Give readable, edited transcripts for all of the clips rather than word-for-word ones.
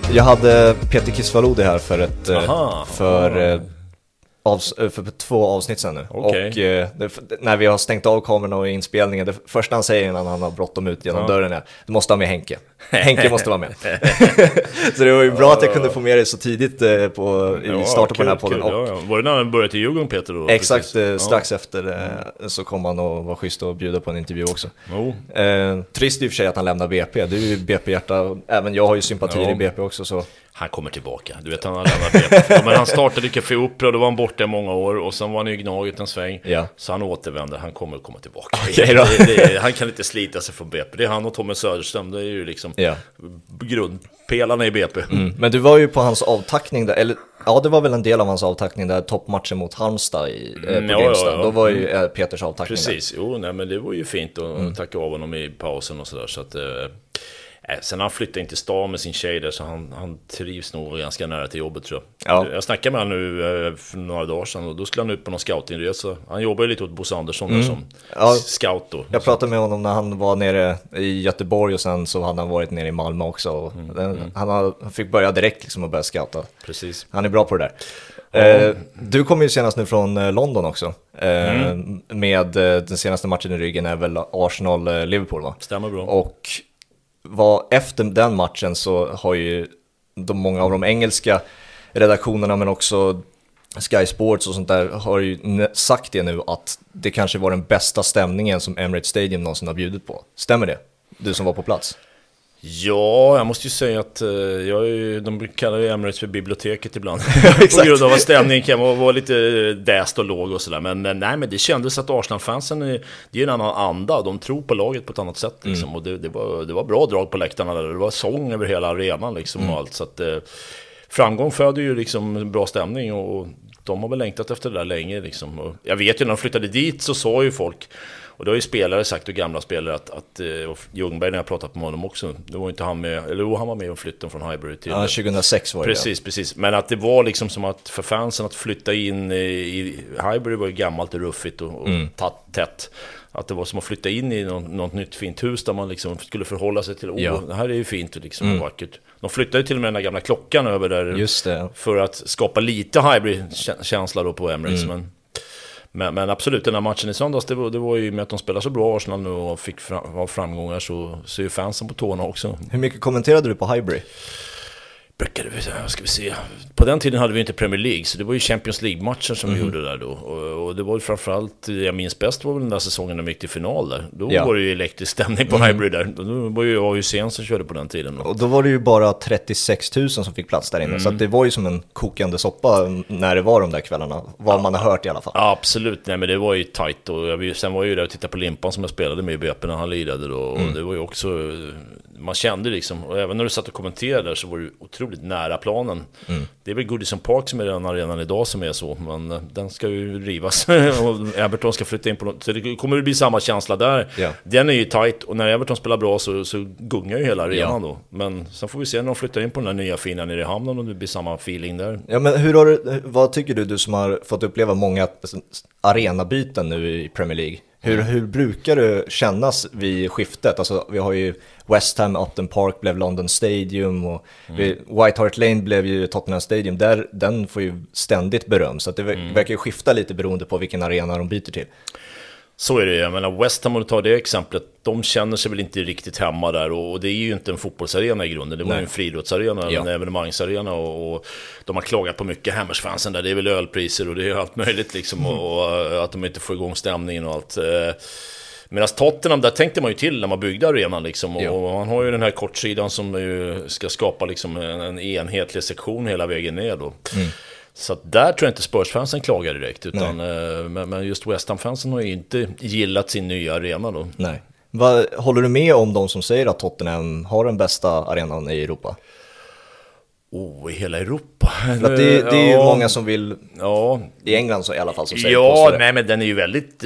Jag hade Peter Kisvalodi här för 2 avsnitt sedan nu. Okay. Och när vi har stängt av kameran och inspelningen, det första han säger när han har bråttom ut genom dörren är: du måste ha med Henke. Henke måste vara med. Så det var ju bra att jag kunde få med det så tidigt i starten på den här podden. Och, var det när han började till Djurgården, Peter? Då, exakt, strax efter så kom han och var schysst och bjuda på en intervju också. Trist i och för sig att han lämnar BP. Det är ju BP-hjärta. Även jag har ju sympatier i BP också. Så. Han kommer tillbaka. Du vet, han har lämnat BP. Men han startade Café Opera, då var han borta i många år. Och sen var han i Gnaget en sväng. Så han återvänder, han kommer att komma tillbaka. Han kan inte slita sig från BP. Det är han och Tommy Söderström. Det är ju liksom grundpelarna i BP. Men du var ju på hans avtackning där, eller det var väl en del av hans avtackning där, toppmatchen mot Halmstad på Grimstad. Då var ju Peters avtackning. Precis, men det var ju fint att tacka av honom i pausen och sådär. Så att sen han flyttade in till stan med sin tjej där, så han trivs nog ganska nära till jobbet, tror jag. Jag snackade med honom nu för några dagar sedan, och då skulle han ut på någon scoutingresa. Han jobbar ju lite åt Bosse Andersson där som scout då. Jag pratade med honom när han var nere i Göteborg, och sen så hade han varit nere i Malmö också. Och han fick börja direkt liksom och börja scouta. Precis. Han är bra på det där. Du kom ju senast nu från London också. Med den senaste matchen i ryggen är väl Arsenal-Liverpool, va? Stämmer bra. Och efter den matchen så har ju många av de engelska redaktionerna, men också Sky Sports och sånt där, har ju sagt det nu, att det kanske var den bästa stämningen som Emirates Stadium någonsin har bjudit på. Stämmer det? Du som var på plats. Ja, jag måste ju säga att de kallar ju Emirates för biblioteket ibland. På grund av att stämningen kan vara lite däst och låg och sådär. Men nej, men det kändes att Arsenal-fansen, det är en annan anda. De tror på laget på ett annat sätt liksom. Och det var bra drag på läktarna där. Det var sång över hela arenan liksom, och allt. Så att framgång föder ju liksom bra stämning, och de har väl längtat efter det där länge liksom. Och jag vet ju när de flyttade dit så sa ju folk, och då har ju spelare sagt, och gamla spelare, att Ljungberg, när jag pratat med honom också, då var inte han med, eller han var med om flytten från Highbury till 2006 var det. Precis, men att det var liksom som att för fansen att flytta in i Highbury var ju gammalt och ruffigt och tätt. Att det var som att flytta in i något nytt fint hus där man liksom skulle förhålla sig till det här är ju fint och liksom vackert. De flyttade till och med den där gamla klockan över där. Just det. För att skapa lite Highbury-känsla då på Emirates. Men absolut, den här matchen i söndags, det var ju med att de spelar så bra Arsenal nu och fick framgångar, så ser ju fansen på tårna också. Hur mycket kommenterade du på Highbury? Brukade ska vi se. På den tiden hade vi inte Premier League, så det var ju Champions League-matcher som vi gjorde där då. Och det var ju framförallt, jag minns bäst var väl den där säsongen när vi gick till final där. Då var det ju elektrisk stämning på Highbury där. Då var ju Hussein som körde på den tiden. Och då var det ju bara 36 000 som fick plats där inne. Så att det var ju som en kokande soppa när det var de där kvällarna. Vad man har hört i alla fall. Ja, absolut, nej men det var ju tajt. Och sen var jag ju där och tittade på Limpan som jag spelade med i BP när han lirade då. Och det var ju också, man kände liksom, och även när du satt och kommenterade där så var det otroligt nära planen. Det är väl Goodison Park som är den arenan idag som är så, men den ska ju rivas och Everton ska flytta in på något, så det kommer att bli samma känsla där. Den är ju tight, och när Everton spelar bra så gungar ju hela arenan då. Men sen får vi se när de flyttar in på den där nya fina nere i hamnen, och det blir samma feeling där. Ja, men vad tycker du som har fått uppleva många arenabyten nu i Premier League? Hur brukar det kännas vid skiftet? Alltså, vi har ju West Ham, Upton Park blev London Stadium, och White Hart Lane blev ju Tottenham Stadium. Den får ju ständigt beröm, så att det verkar ju skifta lite beroende på vilken arena de byter till. Så är det, jag menar West Ham, om du tar det exemplet, de känner sig väl inte riktigt hemma där, och det är ju inte en fotbollsarena i grunden, det var ju en friidrottsarena, en evenemangsarena, och de har klagat på mycket Hammersfansen där, det är väl ölpriser och det är allt möjligt liksom, och att de inte får igång stämningen och allt. Medan Tottenham, där tänkte man ju till när man byggde arenan liksom, och man har ju den här kortsidan som ju ska skapa liksom en enhetlig sektion hela vägen ner då. Så att där tror jag inte Spurs-fansen klagar direkt, utan men just West Ham-fansen har ju inte gillat sin nya arena då. Nej. Håller du med om de som säger att Tottenham har den bästa arenan i Europa? I hela Europa. Det är ju många som vill, i England så i alla fall, som säger nej, men den är ju väldigt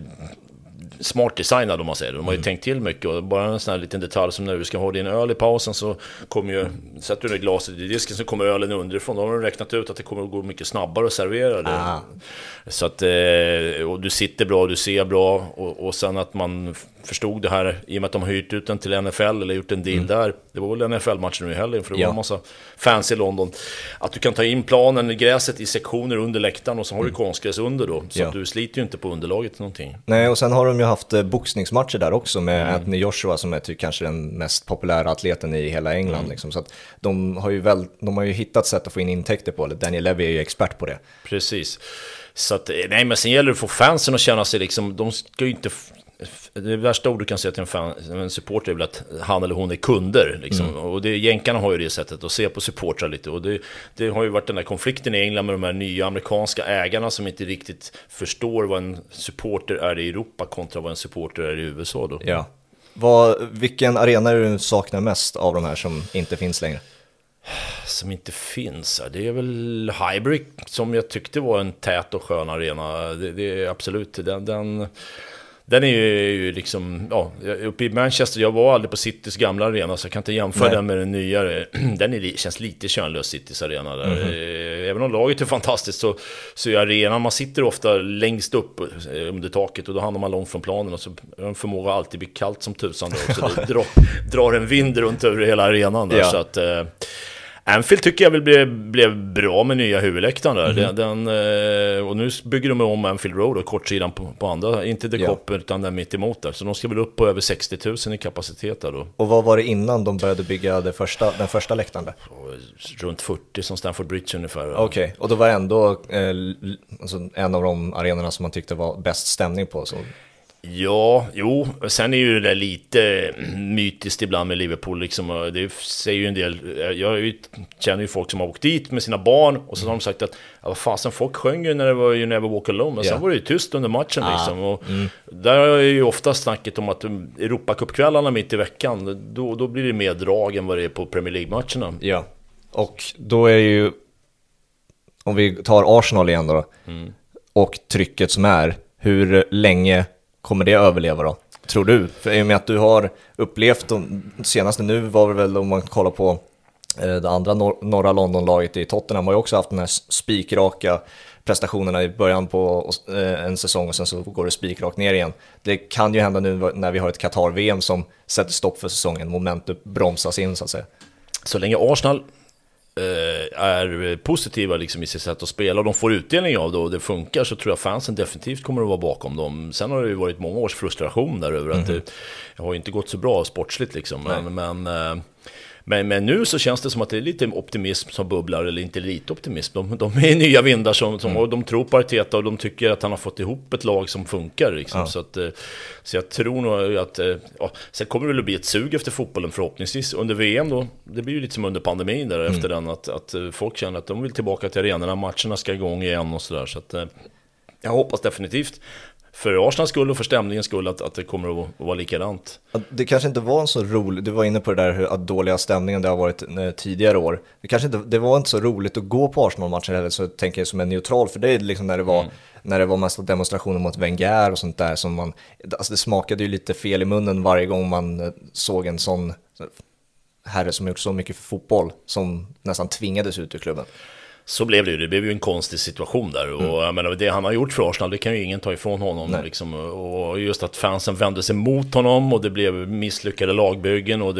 smart designad om man säger det. De har ju tänkt till mycket, och bara en sån här liten detalj som när du ska ha din öl i pausen, så kommer ju, sätter du ner glaset i disken så kommer ölen underifrån. Då har de räknat ut att det kommer att gå mycket snabbare att servera det. Så att och du sitter bra, du ser bra, och sen att man förstod det här, i och med att de har hyrt ut den till NFL eller gjort en deal där. Det var väl NFL-matchen nu i helgen, för det var en massa fans i London. Att du kan ta in planen i gräset i sektioner under läktaren och så har du konstgräs under då. Så att du sliter ju inte på underlaget någonting. Nej, och sen har de ju haft boxningsmatcher där också med Anthony Joshua som är kanske den mest populära atleten i hela England. Liksom. Så att de har ju hittat sätt att få in intäkter på det. Daniel Levy är ju expert på det. Precis. Så att, nej, men sen gäller det att få fansen att känna sig liksom, de ska ju inte... Det värsta ord du kan säga till en supporter är väl att han eller hon är kunder liksom. Och jänkarna har ju det sättet att se på supportrar lite. Och det har ju varit den där konflikten i England med de här nya amerikanska ägarna som inte riktigt förstår vad en supporter är i Europa kontra vad en supporter är i USA då. Ja. Vilken arena är du saknar mest av de här som inte finns längre? Som inte finns, det är väl Highbury som jag tyckte var en tät och skön arena. Det är absolut den är ju liksom, ja, uppe i Manchester, jag var aldrig på Citys gamla arena så jag kan inte jämföra den med den nyare. Den känns lite könlös, Citys arena där. Även om laget är fantastiskt så är arenan, man sitter ofta längst upp under taket och då hamnar man långt från planen och så har en förmåga alltid bli kallt som tusan då, så det drar en vind runt över hela arenan där, så att Anfield tycker jag väl blev bra med nya huvudläktaren där. Och nu bygger de om Anfield Road och kortsidan på andra, inte The Cop utan den mitt emot där. Så de ska väl upp på över 60 000 i kapacitet där då. Och vad var det innan de började bygga den första läktaren där? Runt 40 som Stamford Bridge ungefär. Okej, och då var ändå alltså en av de arenorna som man tyckte var bäst stämning på så. Ja, jo, sen är ju det lite mytiskt ibland med Liverpool liksom, det säger ju en del, jag känner ju folk som har åkt dit med sina barn och så har de sagt att vad fasen, folk sjöng ju när det var You Never Walk Alone, men sen var det ju tyst under matchen liksom, och där är ju ofta snacket om att Europacupkvällarna mitt i veckan, då blir det mer drag än vad det är på Premier League-matcherna. Ja, och då är ju, om vi tar Arsenal igen då, och trycket som är, hur länge kommer det överleva då, tror du? För i och med att du har upplevt de senaste, nu var det väl, om man kollar på det andra norra London-laget i Tottenham, har ju också haft den här spikraka prestationerna i början på en säsong och sen så går det spikrakt ner igen. Det kan ju hända nu när vi har ett Qatar-VM som sätter stopp för säsongen, momentet bromsas in så att säga. Så länge Arsenal är positiva liksom i sitt sätt att spela och de får utdelning av det och det funkar, så tror jag fansen definitivt kommer att vara bakom dem. Sen har det ju varit många års frustration där över att det har inte gått så bra sportsligt liksom, men nu så känns det som att det är lite optimism som bubblar, eller inte lite optimism. De är nya vindar som de tror på Arteta och de tycker att han har fått ihop ett lag som funkar liksom. Så jag tror nog att sen kommer det väl att bli ett sug efter fotbollen förhoppningsvis under VM då. Det blir ju lite som under pandemin där efter den att folk känner att de vill tillbaka till arenorna, matcherna ska igång igen och sådär, så att jag hoppas definitivt för Arsenals skull och för stämningens skull att det kommer att vara likadant. Det kanske inte var en så roligt, du var inne på det där hur dåliga stämningen det har varit tidigare år. Det var inte så roligt att gå på Arsenal-matcher heller, så tänker jag som en neutral, för det är liksom när det var massa demonstrationer mot Wenger och sånt där som alltså det smakade ju lite fel i munnen varje gång man såg en sån herre som gjort så mycket för fotboll som nästan tvingades ut ur klubben. Så blev det ju. Det blev ju en konstig situation där. Och jag menar, det han har gjort för Arsenal, det kan ju ingen ta ifrån honom. Liksom. Och just att fansen vände sig mot honom och det blev misslyckade lagbyggen. Och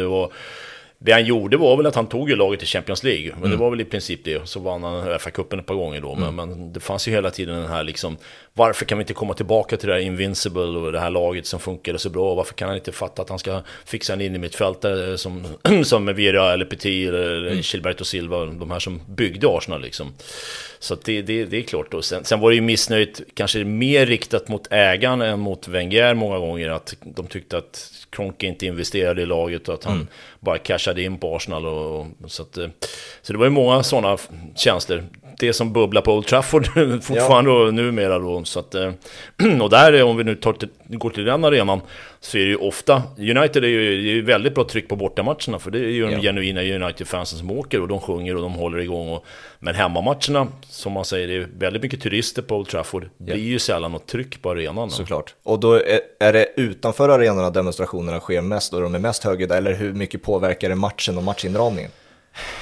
det han gjorde var väl att han tog ju laget till Champions League. Men det var väl i princip det. Så vann han FA-cupen ett par gånger då. Men det fanns ju hela tiden den här liksom, varför kan vi inte komma tillbaka till det här Invincible och det här laget som funkade så bra? Varför kan han inte fatta att han ska fixa en in i mittfältare som Vieira eller Petit eller Gilberto Silva, de här som byggde Arsenal liksom. Så det är klart då. Sen var det ju missnöjt, kanske mer riktat mot ägaren än mot Wenger många gånger, att de tyckte att Kroenke inte investerade i laget och att han bara cashade in på Arsenal så det var ju många sådana känslor. Det som bubblar på Old Trafford fortfarande och numera då, så att, och där om vi nu går till den arenan, så är det ju ofta United är ju väldigt bra tryck på bortamatcherna, för det är ju de genuina United-fansen som åker och de sjunger och de håller igång men hemmamatcherna, som man säger, det är väldigt mycket turister på Old Trafford, blir ju sällan något tryck på arenan. Såklart. Och då är det utanför arenorna demonstrationerna sker mest och de är mest högljudda, eller hur mycket påverkar det matchen och matchinramningen?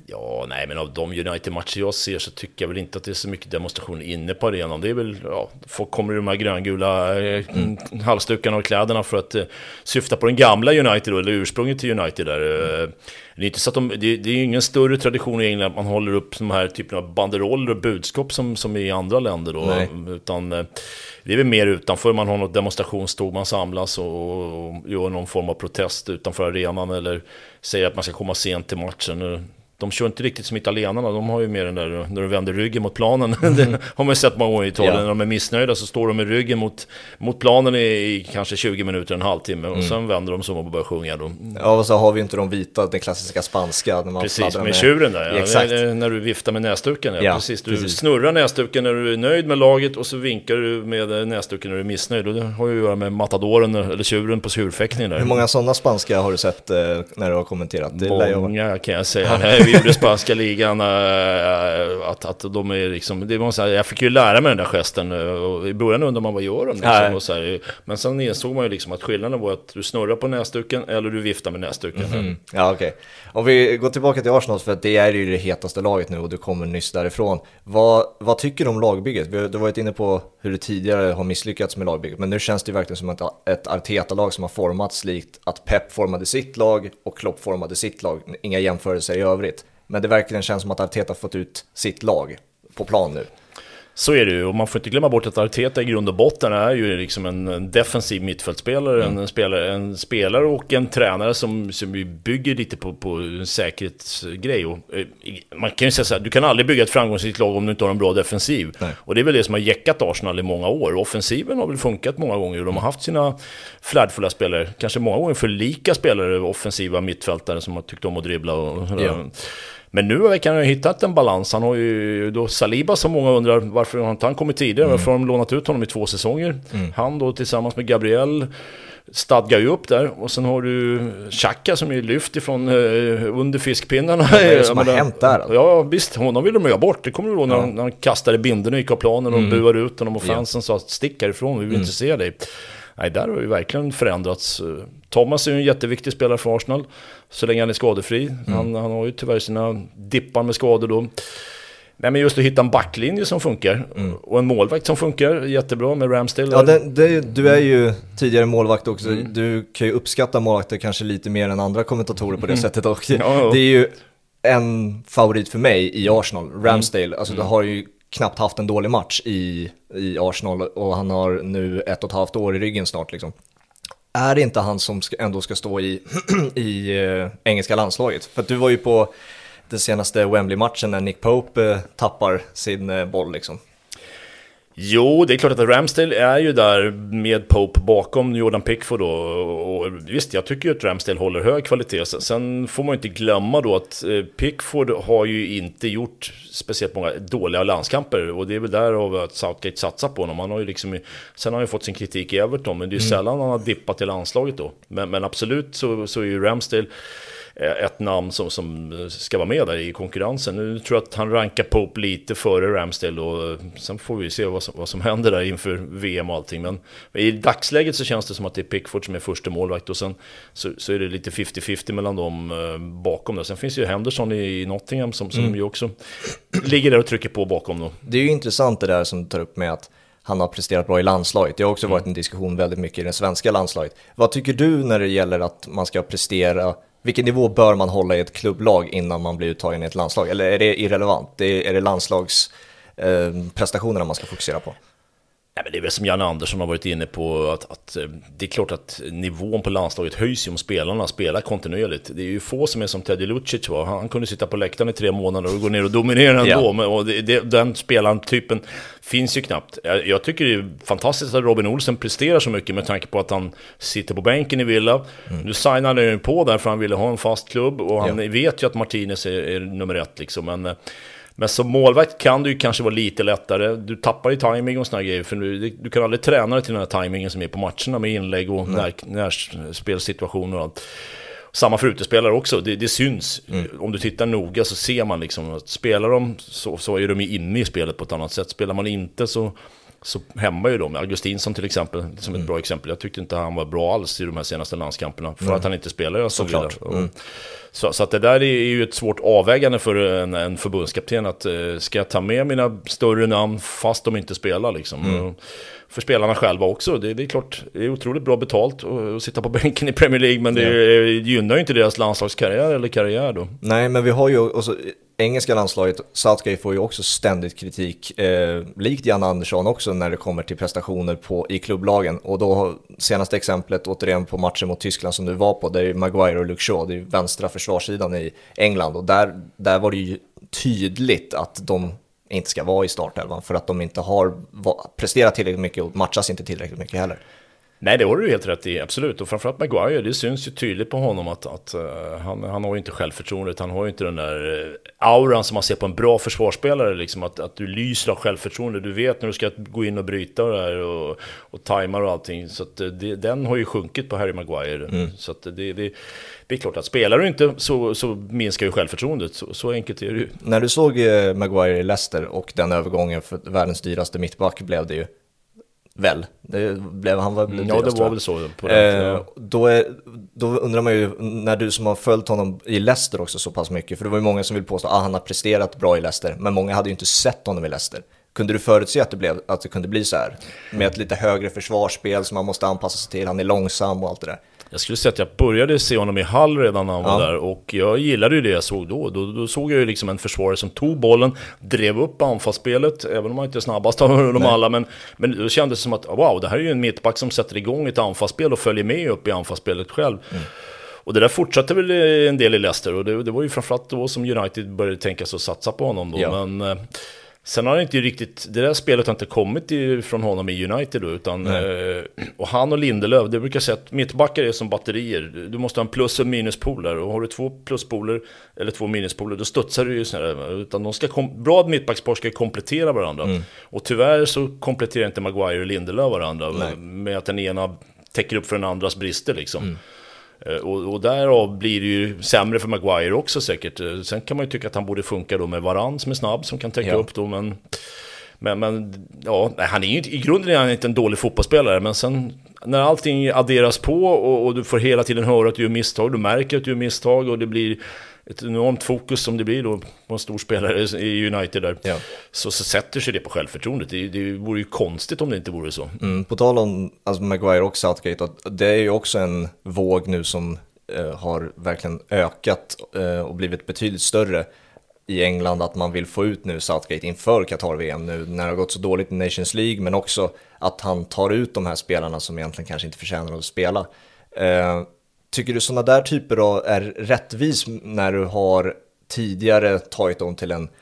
Ja, nej, men av de United-matcher jag ser så tycker jag väl inte att det är så mycket demonstration inne på arenan. Det är väl, folk kommer i de här gröngula halsdukarna och kläderna för att syfta på den gamla United då, eller ursprunget till United där. Det är inte så att det är ingen större tradition i England att man håller upp de här typen av banderoller och budskap som i andra länder då. Utan det är väl mer utanför, man har något demonstrationståg, man samlas och gör någon form av protest utanför arenan eller säger att man ska komma sent till matchen. De kör inte riktigt som italienarna, de har ju mer den där när de vänder ryggen mot planen. Det har man ju sett många gånger i Italien. När de är missnöjda så står de med ryggen mot planen i kanske 20 minuter, en halvtimme och sen vänder de som och börjar sjunga då. Ja, och så har vi inte de vita, den klassiska spanska när man precis, med tjuren där, exakt. När du viftar med näsduken, precis. Du snurrar näsduken när du är nöjd med laget och så vinkar du med näsduken när du är missnöjd, och det har ju att göra med matadoren eller tjuren på tjurfäktningen där. Hur många sådana spanska har du sett när du har kommenterat? Många kan jag säga. Vi gjorde spanska ligan att de är liksom, det var så här, jag fick ju lära mig den där gesten och i början undrar man vad gör de liksom, och så här, men sen insåg man ju liksom att skillnaden var att du snurrar på näsduken eller du viftar med näsduken. Ja, okej. Om vi går tillbaka till Arsenal, för att det är ju det hetaste laget nu och du kommer nyss därifrån. Vad tycker du om lagbygget? Du har varit inne på hur det tidigare har misslyckats med lagbygget, men nu känns det verkligen som ett Arteta-lag som har formats likt att Pep formade sitt lag och Klopp formade sitt lag. Inga jämförelser i övrigt. Men det verkligen känns som att Arteta fått ut sitt lag på plan nu. Så är det ju, och man får inte glömma bort att Arteta i grund och botten är ju liksom en defensiv mittfältspelare, en spelare och en tränare som bygger lite på en säkerhetsgrej. Och man kan ju säga så här, du kan aldrig bygga ett framgångsrikt lag om du inte har en bra defensiv. Nej. Och det är väl det som har jäckat Arsenal i många år. Offensiven har väl funkat många gånger, och de har haft sina flärdfulla spelare, kanske många gånger för lika spelare, offensiva mittfältare som har tyckt om att dribbla och Men nu kan han ha hittat en balans. Han har ju då Saliba, som många undrar varför har inte han kommit tidigare. Varför har de lånat ut honom i 2 säsonger? Han då tillsammans med Gabriel stadgar ju upp där. Och sen har du Xhaka som är lyft ifrån under fiskpinnarna. Vad är det som har hänt där? Alltså? Ja visst, honom ville de ju ha bort. Det kommer du ihåg när han kastade bindeln och gick av planen och buade ut honom och fansen sa att stick härifrån, vi vill inte se dig. Nej, där har ju verkligen förändrats. Thomas är ju en jätteviktig spelare för Arsenal så länge han är skadefri. Han har ju tyvärr sina dippar med skador då. Nej, men just att hitta en backlinje som funkar och en målvakt som funkar jättebra med Ramsdale. Ja, du är ju tidigare målvakt också. Du kan ju uppskatta målvakter kanske lite mer än andra kommentatorer på det sättet. Och det är ju en favorit för mig i Arsenal, Ramsdale. Alltså du har ju knappt haft en dålig match i Arsenal och han har nu 1,5 år i ryggen snart liksom. Är det inte han som ändå ska stå i engelska landslaget? För att du var ju på den senaste Wembley-matchen när Nick Pope tappar sin boll liksom. Jo, det är klart att Ramsdale är ju där med Pope bakom Jordan Pickford då. Och visst, jag tycker ju att Ramsdale håller hög kvalitet. Sen får man inte glömma då att Pickford har ju inte gjort speciellt många dåliga landskamper. Och det är väl därav att Southgate satsar på honom. Han har ju liksom, sen har han ju fått sin kritik i Everton, men det är ju sällan han har dippat i landslaget då. Men absolut så är ju Ramsdale ett namn som ska vara med där i konkurrensen. Nu tror jag att han rankar Pope lite före Ramsdale och sen får vi se vad som händer där inför VM och allting. Men i dagsläget så känns det som att det är Pickford som är första målvakt och sen så är det lite 50-50 mellan dem bakom där. Sen finns ju Henderson i Nottingham som ju också ligger där och trycker på bakom då. Det är ju intressant det där som tar upp med att han har presterat bra i landslaget. Det har också varit en diskussion väldigt mycket i det svenska landslaget. Vad tycker du när det gäller att man ska prestera? Vilken nivå bör man hålla i ett klubblag innan man blir uttagen i ett landslag? Eller är det irrelevant? Är det landslagsprestationerna man ska fokusera på? Nej, men det är väl som Jan Andersson har varit inne på att det är klart att nivån på landslaget höjs om spelarna spelar kontinuerligt. Det är ju få som är som Teddy Lucic var. Han kunde sitta på läktaren i 3 månader och gå ner och dominera ändå. Men, och den spelartypen finns ju knappt. Jag tycker det är fantastiskt att Robin Olsen presterar så mycket med tanke på att han sitter på bänken i Villa. Nu signade han ju på där för han ville ha en fast klubb och han vet ju att Martinez är nummer 1 liksom. Men som målvakt kan du ju kanske vara lite lättare. Du tappar i timing och såna grejer. För du kan aldrig träna dig till den här timingen som är på matcherna med inlägg och närspelsituationer och allt. Samma för utespelare också. Det syns. Om du tittar noga så ser man liksom att spelar de så är de inne i spelet på ett annat sätt. Spelar man inte så så hämmar ju de. Augustinsson till exempel, som ett bra exempel. Jag tyckte inte han var bra alls i de här senaste landskamperna för att han inte spelar så klart. Så att det där är ju ett svårt avvägande för en förbundskapten att ska jag ta med mina större namn fast de inte spelar liksom. För spelarna själva också. Det är klart, det är otroligt bra betalt att sitta på bänken i Premier League, men det gynnar ju inte deras landslagskarriär eller karriär då. Nej, men vi har ju också engelska landslaget. Southgate får ju också ständigt kritik, likt Jan Andersson också, när det kommer till prestationer i klubblagen. Och då senaste exemplet återigen på matchen mot Tyskland som du var på, det är Maguire och Luke Shaw, det är vänstra försvarssidan i England, och där var det ju tydligt att de inte ska vara i startelvan för att de inte har presterat tillräckligt mycket och matchas inte tillräckligt mycket heller. Nej, det har du helt rätt i, absolut. Och framförallt Maguire, det syns ju tydligt på honom att han har ju inte självförtroendet. Han har ju inte den där auran som man ser på en bra försvarsspelare. Liksom, att du lyser av självförtroende. Du vet när du ska gå in och bryta och, där och tajmar och allting. Så att den har ju sjunkit på Harry Maguire. Så att det är klart att spelar du inte så minskar ju självförtroendet. Så enkelt är det ju. När du såg Maguire i Leicester och den övergången för världens dyraste mittback blev det ju väl. Han var dyrast, det var väl så på den, då undrar man ju, när du som har följt honom i Leicester också så pass mycket, för det var ju många som vill påstå att han har presterat bra i Leicester, men många hade ju inte sett honom i Leicester. Kunde du förutse att det kunde bli så här med ett lite högre försvarsspel som man måste anpassa sig till, han är långsam och allt det där? Jag skulle säga att jag började se honom i Hull redan när han var där, och jag gillade ju det jag såg då såg jag ju liksom en försvarare som tog bollen, drev upp anfallsspelet, även om han inte är snabbast av dem alla, men då kändes det som att wow, det här är ju en mittback som sätter igång ett anfallsspel och följer med upp i anfallsspelet själv. Och det där fortsatte väl en del i Leicester, och det var ju framförallt då som United började tänka sig att satsa på honom då, men sen har det inte riktigt, det där spelet har inte kommit från honom i United då, utan och han och Lindelöf, det brukar säga att mittbackar är som batterier. Du måste ha en plus- och minuspoler, och har du 2 pluspoler eller 2 minuspoler, då studsar du ju sådär, utan de ska bra mittbackspar ska komplettera varandra. Och tyvärr så kompletterar inte Maguire och Lindelöf varandra med att den ena täcker upp för den andras brister liksom. Och därav blir det ju sämre för Maguire också säkert. Sen kan man ju tycka att han borde funka då med Varane som är snabb, som kan täcka upp då, men ja, han är ju i grunden är han inte en dålig fotbollsspelare, men sen när allting adderas på och du får hela tiden höra att du gör misstag, du märker att du gör misstag, och det blir ett enormt fokus som det blir då på en stor spelare i United där, så sätter sig det på självförtroendet. Det vore ju konstigt om det inte vore så. På tal om Maguire och Southgate, det är ju också en våg nu som har verkligen ökat och blivit betydligt större i England, att man vill få ut nu Southgate inför Qatar-VM nu när det har gått så dåligt i Nations League, men också att han tar ut de här spelarna som egentligen kanske inte förtjänar att spela. Tycker du sådana där typer då är rättvis när du har tidigare tagit dem till en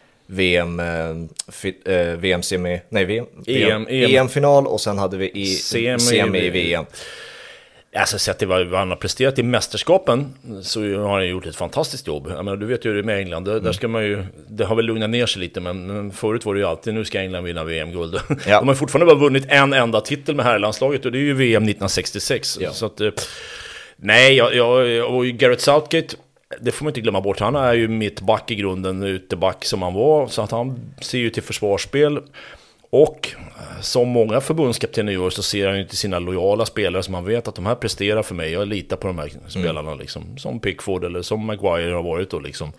EM-final och sen hade vi semi i VM? Alltså, sett till vad han har presterat i mästerskapen så har han gjort ett fantastiskt jobb. Jag menar, du vet ju det med England, där ska man ju, det har väl lugnat ner sig lite, men förut var det ju alltid, nu ska England vinna VM-guld. De har fortfarande bara vunnit en enda titel med herrlandslaget, och det är ju VM 1966. Så att, nej, och Gareth Southgate, det får man inte glömma bort. Han är ju mittback i grunden, uteback som han var, så att han ser ju till försvarsspel. Och som många förbundskaptener gör, så ser han ju till sina lojala spelare som man vet att de här presterar för mig. Jag litar på de här spelarna liksom, som Pickford eller som Maguire har varit då liksom.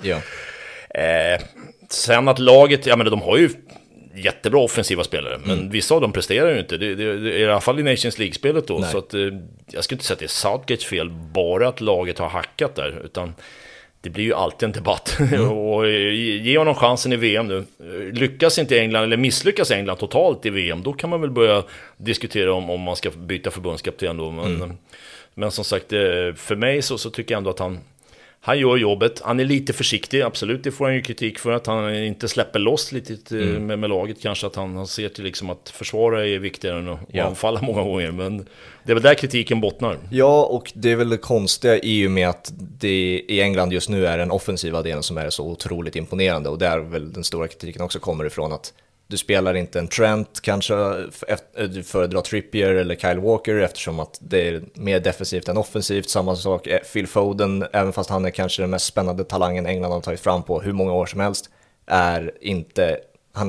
Sen att laget, jag menar, de har ju jättebra offensiva spelare, men vissa av dem presterar ju inte. Det är i alla fall i Nations League-spelet då. Så att, jag skulle inte säga att det är Southgates fel bara att laget har hackat där, utan det blir ju alltid en debatt. Och ge honom chansen i VM nu. Lyckas inte England, eller misslyckas England totalt i VM, då kan man väl börja diskutera om man ska byta förbundskapten då. Men som sagt, för mig så tycker jag ändå att han gör jobbet. Han är lite försiktig, absolut. Det får han ju kritik för, att han inte släpper loss lite med laget. Kanske att han ser till liksom att försvara är viktigare än att anfalla många gånger. Men det är väl där kritiken bottnar. Ja, och det är väl det konstiga i och med att det i England just nu är den offensiva delen som är så otroligt imponerande. Och där väl den stora kritiken också kommer ifrån, att du spelar inte en Trent, kanske du föredrar Trippier eller Kyle Walker eftersom att det är mer defensivt än offensivt. Samma sak Phil Foden, även fast han är kanske den mest spännande talangen England har tagit fram på hur många år som helst, är inte, han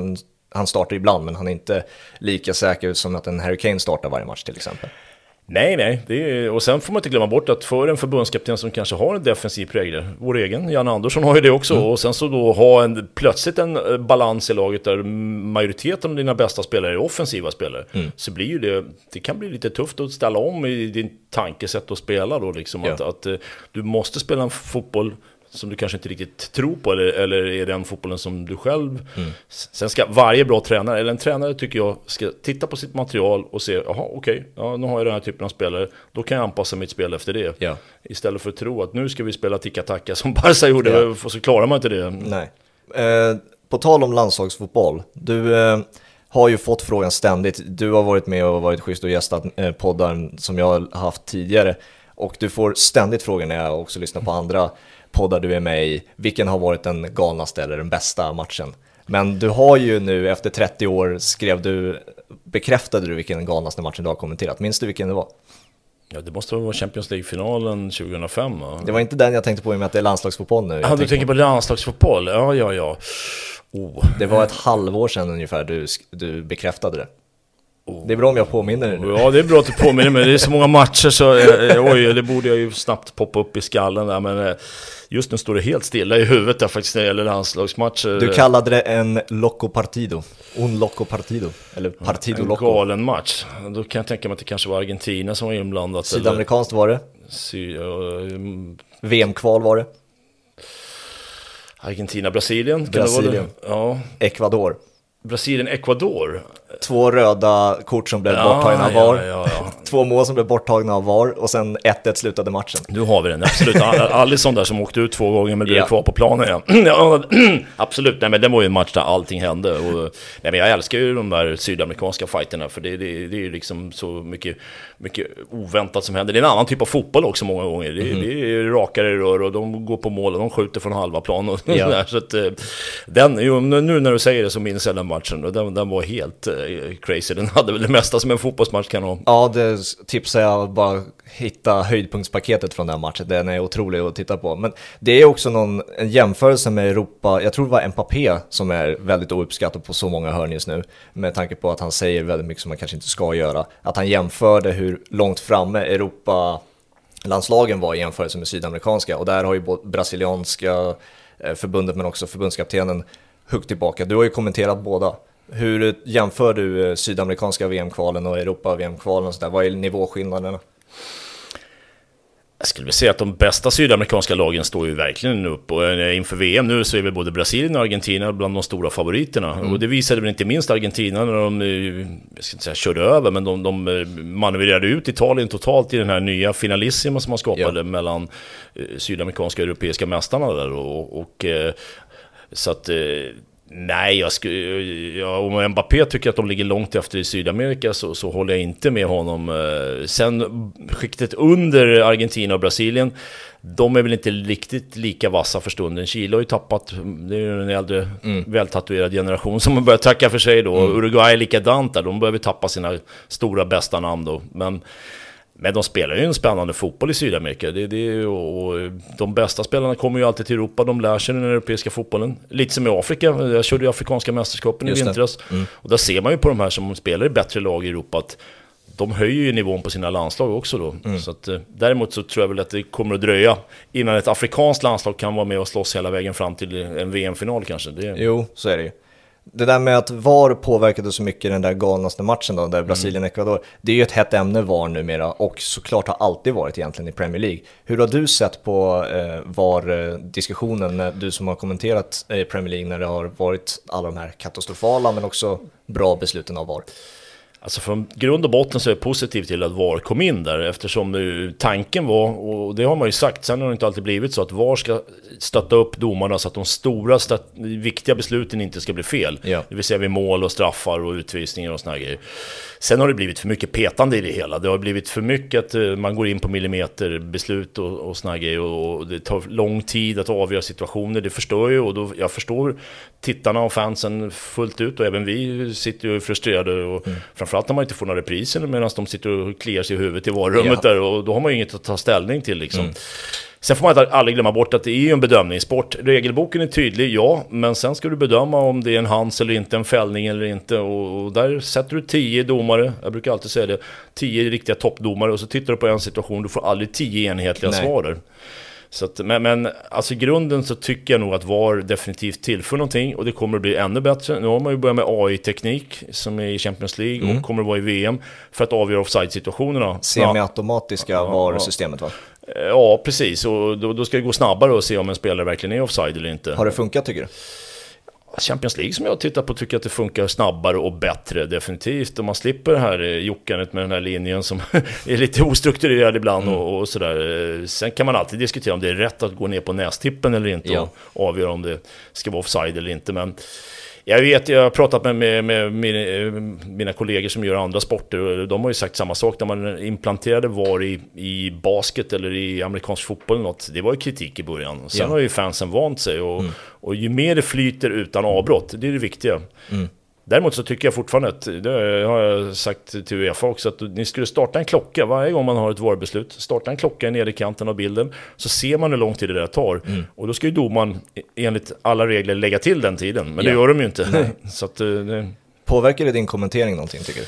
han startar ibland, men han är inte lika säker som att en Harry Kane startar varje match till exempel. Nej, och sen får man inte glömma bort att för en förbundskapten som kanske har en defensiv prägel, vår egen Jan Andersson har ju det också, och sen så då ha plötsligt en balans i laget där majoriteten av dina bästa spelare är offensiva spelare, så blir ju det kan bli lite tufft att ställa om i din tankesätt att spela då liksom, att du måste spela en fotboll som du kanske inte riktigt tror på, eller är den fotbollen som du själv. Sen ska varje bra tränare, eller en tränare tycker jag, ska titta på sitt material och se, jaha, okej, nu har jag den här typen av spelare, då kan jag anpassa mitt spel efter det. Istället för att tro att nu ska vi spela ticka-tacka som Barca gjorde, för så klarar man inte det. Nej. På tal om landslagsfotboll, du har ju fått frågan ständigt. Du har varit med och varit schysst och gästat poddar som jag har haft tidigare, och du får ständigt frågan när jag också lyssnar på andra poddar du är med i, vilken har varit den galnaste eller den bästa matchen. Men du har ju nu efter 30 år bekräftade du vilken galnaste matchen du har kommenterat. Minns du vilken det var? Ja, det måste vara Champions League-finalen 2005. Va? Det var inte den jag tänkte på i och med att det är landslagsfotboll nu. Ja, du tänker på landslagsfotboll? Ja. Det var ett halvår sedan ungefär du bekräftade det. Det är bra om jag påminner dig nu. Ja, det är bra att du påminner mig. Det är så många matcher så det borde jag ju snabbt poppa upp i skallen där, men just nu står det helt stilla i huvudet där faktiskt när det gäller landslagsmatcher. Du kallade det en loco partido. Un loco partido. Eller partido loco. En galen match. Då kan jag tänka mig att det kanske var Argentina som var inblandat. Sydamerikanskt var det. VM-kval var det. Argentina-Brasilien. Ja. Ecuador. Brasilien-Ecuador. 2 röda kort som blev borttagna av VAR. Ja. 2 mål som blev borttagna av VAR. Och sen 1-1 slutade matchen. Nu har vi den, absolut. Alisson där som åkte ut 2 gånger men blev kvar på planen. Absolut, nej, men det var ju en match där allting hände. Och, nej, men jag älskar ju de där sydamerikanska fighterna, för det är ju liksom så mycket oväntat som händer. Det är en annan typ av fotboll också många gånger. Det är rakare rör och de går på mål och de skjuter från halva plan. Och där, så att, nu när du säger det så minns jag den matchen, och den var helt crazy. Den hade väl det mesta som en fotbollsmatch kan ha. Ja, det tipsar jag bara hitta höjdpunktspaketet från den matchen. Den är otrolig att titta på. Men det är också en jämförelse med Europa. Jag tror det var Mbappé som är väldigt ouppskattad på så många hörn just nu, med tanke på att han säger väldigt mycket som man kanske inte ska göra. Att han jämförde hur långt framme Europa-landslagen var i jämförelse med sydamerikanska. Och där har ju både brasilianska förbundet men också förbundskaptenen huggt tillbaka. Du har ju kommenterat båda. Hur jämför du sydamerikanska VM-kvalen och Europa-VM-kvalen och sådär? Vad är nivåskillnaderna? Jag skulle vilja säga att de bästa sydamerikanska lagen står ju verkligen upp, och inför VM nu så är väl både Brasilien och Argentina bland de stora favoriterna. Och det visade väl inte minst Argentina när de, jag ska inte säga körde över, men de manövrerade ut Italien totalt i den här nya finalissima som man skapade mellan sydamerikanska och europeiska mästarna där. Och så att nej, om Mbappé tycker att de ligger långt efter i Sydamerika så håller jag inte med honom. Sen skiktet under Argentina och Brasilien, de är väl inte riktigt lika vassa för stunden. Chile har ju tappat, det är ju en äldre vältatuerad generation som har börjat tacka för sig då. Uruguay är likadant där, de behöver tappa sina stora bästa namn då. Men de spelar ju en spännande fotboll i Sydamerika. Och de bästa spelarna kommer ju alltid till Europa. De lär sig den europeiska fotbollen. Lite som i Afrika. Jag körde ju afrikanska mästerskapen i vintras. Och där ser man ju på de här som spelar i bättre lag i Europa att de höjer ju nivån på sina landslag också då. Så att, däremot så tror jag väl att det kommer att dröja innan ett afrikanskt landslag kan vara med och slåss hela vägen fram till en VM-final kanske. Jo, så är det ju. Det där med att VAR påverkade så mycket den där galnaste matchen då, där Brasilien-Ecuador, det är ju ett hett ämne VAR numera, och såklart har alltid varit egentligen i Premier League. Hur har du sett på VAR-diskussionen, du som har kommenterat Premier League, när det har varit alla de här katastrofala men också bra besluten av VAR? Alltså från grund och botten så är jag positiv till att VAR kom in där, eftersom tanken var, och det har man ju sagt, sen har det inte alltid blivit så att VAR ska stötta upp domarna så att de stora viktiga besluten inte ska bli fel. Det vill säga vid mål och straffar och utvisningar och såna grejer. Sen har det blivit för mycket petande i det hela. Det har blivit för mycket att man går in på millimeterbeslut och såna grejer, och det tar lång tid att avgöra situationer. Det förstår ju, och jag förstår tittarna och fansen fullt ut, och även vi sitter ju frustrerade, och framförallt när man inte får några repriser medan de sitter och kliar sig i huvudet i varummet där, och då har man ju inget att ta ställning till liksom. Sen får man aldrig glömma bort att det är ju en bedömningssport. Regelboken är tydlig, ja, men sen ska du bedöma om det är en hands eller inte, en fällning eller inte. Och där sätter du 10 domare, jag brukar alltid säga det, 10 riktiga toppdomare, och så tittar du på en situation, du får aldrig 10 enhetliga svar där. Så att, men alltså i grunden så tycker jag nog att VAR definitivt tillför någonting, och det kommer att bli ännu bättre. Nu har man ju börjat med AI-teknik som är i Champions League och kommer att vara i VM för att avgöra offside-situationerna. Semi-automatiska VAR-systemet, va? Ja, precis. Och då ska det gå snabbare att se om en spelare verkligen är offside eller inte. Har det funkat, tycker du? Champions League som jag tittar på tycker att det funkar snabbare och bättre, definitivt. Och man slipper det här jockandet med den här linjen som är lite ostrukturerad ibland och sådär. Sen kan man alltid diskutera om det är rätt att gå ner på nästippen eller inte och avgöra om det ska vara offside eller inte. Men jag har pratat med mina kollegor som gör andra sporter, och de har ju sagt samma sak. När man implanterade VAR i basket eller i amerikansk fotboll eller något, det var ju kritik i början. Sen har ju fansen vant sig, och ju mer det flyter utan avbrott, det är det viktiga. Däremot så tycker jag fortfarande att, det har jag sagt till UEFA också, att ni skulle starta en klocka varje gång man har ett VAR-beslut. Starta en klocka i nederkanten av bilden, så ser man hur lång tid det där tar. Och då ska ju domaren enligt alla regler lägga till den tiden. Men det gör de ju inte. Så att, påverkar det din kommentering någonting, tycker du?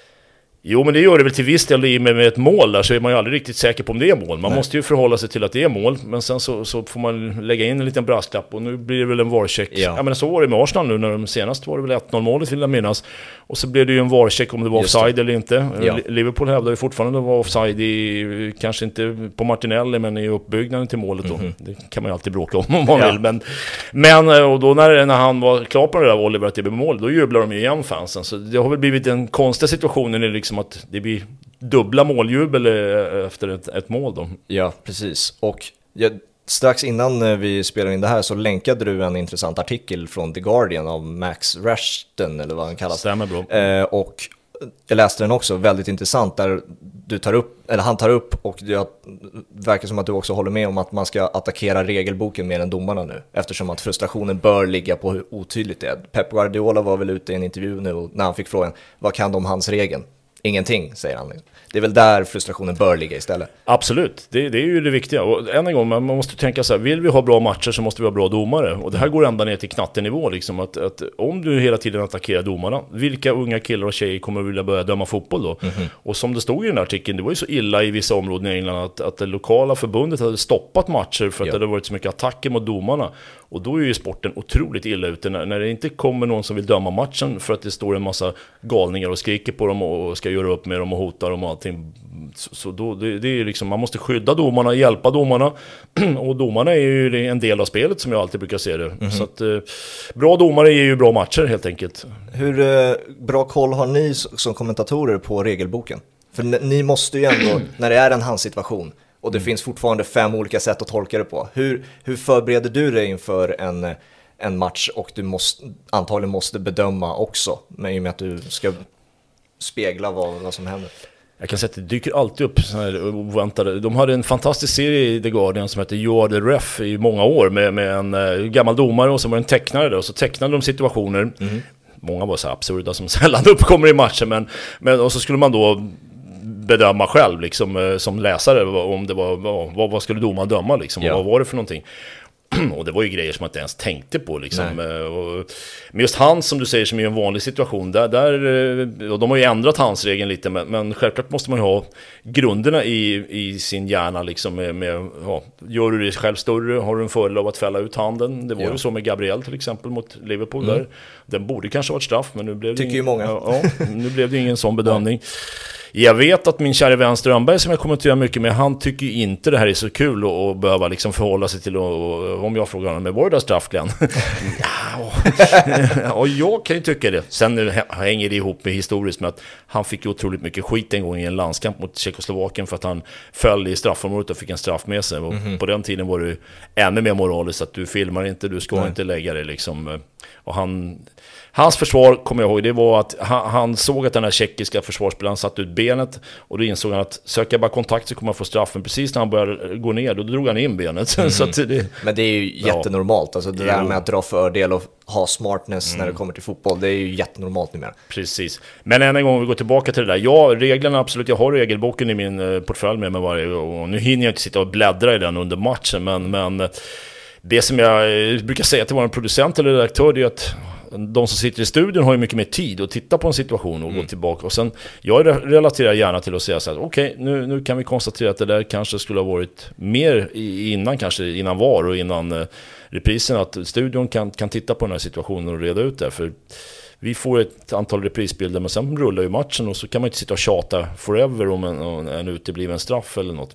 Jo, men det gör det väl till viss del. I med ett mål där så är man ju aldrig riktigt säker på om det är mål. Man måste ju förhålla sig till att det är mål, men sen så får man lägga in en liten brasklapp, och nu blir det väl en VAR-check. Ja, men så var det med Arsenal nu, när de senast var det väl 1-0-målet, vill jag minnas. Och så blev det ju en VAR-check om det var offside eller inte. Liverpool hävdar ju fortfarande att det var offside kanske inte på Martinelli, men i uppbyggnaden till målet då. Det kan man ju alltid bråka om man vill. Men och då när han var klar på det där, Oliver, att det blev mål, då jublar de ju igen, fansen. Så det har väl blivit en konstig situation i liksom att det blir dubbla måljubel efter ett mål då. Ja, precis. Och strax innan vi spelade in det här så länkade du en intressant artikel från The Guardian av Max Rashton, eller vad han kallas. Stämmer bra. Och jag läste den också, väldigt intressant, där han tar upp, och det verkar som att du också håller med om att man ska attackera regelboken mer än domarna nu, eftersom att frustrationen bör ligga på hur otydligt det är. Pep Guardiola var väl ute i en intervju nu, och när han fick frågan, vad kan de om hans regeln? Ingenting, säger han. Det är väl där frustrationen bör ligga istället. Absolut, det är ju det viktiga. Och än en gång, man måste tänka så här, vill vi ha bra matcher så måste vi ha bra domare. Och det här går ända ner till knattenivå liksom, att om du hela tiden attackerar domarna, vilka unga killar och tjejer kommer vilja börja döma fotboll då? Och som det stod i den här artikeln, det var ju så illa i vissa områden i England att det lokala förbundet hade stoppat matcher för att det hade varit så mycket attacker mot domarna. Och då är ju sporten otroligt illa ute när det inte kommer någon som vill döma matchen för att det står en massa galningar och skriker på dem och ska göra upp med dem och hota dem och allting. Så då, det är liksom, man måste skydda domarna, hjälpa domarna, och domarna är ju en del av spelet, som jag alltid brukar se det. Så att bra domare ger ju bra matcher, helt enkelt. Hur bra koll har ni som kommentatorer på regelboken? För ni måste ju ändå, när det är en handsituation och det finns fortfarande 5 olika sätt att tolka det på, hur förbereder du dig inför en match, och du antagligen måste bedöma också, men i och med att du ska spegla vad som händer? Jag kan säga att det dyker alltid upp såna här oväntade. De hade en fantastisk serie i The Guardian som heter You Are The Ref i många år med en gammal domare, och så var det en tecknare där, och så tecknade de situationer. Många var så här absurda som sällan uppkommer i matchen, men och så skulle man då bedöma själv liksom, som läsare, om det var vad skulle domaren döma liksom, vad var det för någonting. Och det var ju grejer som man inte ens tänkte på liksom. Men just hans, som du säger, som är en vanlig situation där och de har ju ändrat handsregeln lite, men självklart måste man ju ha grunderna i sin hjärna liksom, med gör du det själv större, har du en fördel av att fälla ut handen. Det var ju så med Gabriel till exempel mot Liverpool där. Den borde kanske varit straff, men nu blev det ju många. Nu blev det ingen sån bedömning. Jag vet att min kära vän Strömberg, som jag kommenterar mycket med, han tycker ju inte det här är så kul och behöva liksom förhålla sig till, och om jag frågar honom, men var det där straff, Glenn? Och jag kan ju tycka det. Sen hänger det ihop med historiskt med att han fick ju otroligt mycket skit en gång i en landskamp mot Tjeckoslovakien för att han föll i straffområdet och fick en straff med sig. Och på den tiden var det ännu mer moraliskt att du filmar inte, du ska inte lägga det liksom. Och hans försvar, kommer jag ihåg, det var att han såg att den här tjeckiska försvarsspelaren satt ut benet, och då insåg han att söker jag bara kontakt så kommer han få straffen. Precis när han började gå ner, då drog han in benet. Så att men det är ju jättenormalt, alltså det där med att dra fördel och ha smartness när det kommer till fotboll, det är ju jättenormalt numera. Precis. Men än en gång, vi går tillbaka till det där. Ja, reglerna absolut, jag har regelboken i min portfölj med mig varje gång, och nu hinner jag inte sitta och bläddra i den under matchen, men det som jag brukar säga till vår producent eller redaktör, det är att de som sitter i studion har ju mycket mer tid att titta på en situation och gå tillbaka. Och sen, jag relaterar gärna till att säga så här: okej, nu kan vi konstatera att det där kanske skulle ha varit mer innan VAR och innan reprisen, att studion kan titta på den här situationen och reda ut det. För vi får ett antal reprisbilder, men sen rullar ju matchen, och så kan man inte sitta och tjata forever om en utebliven straff eller något.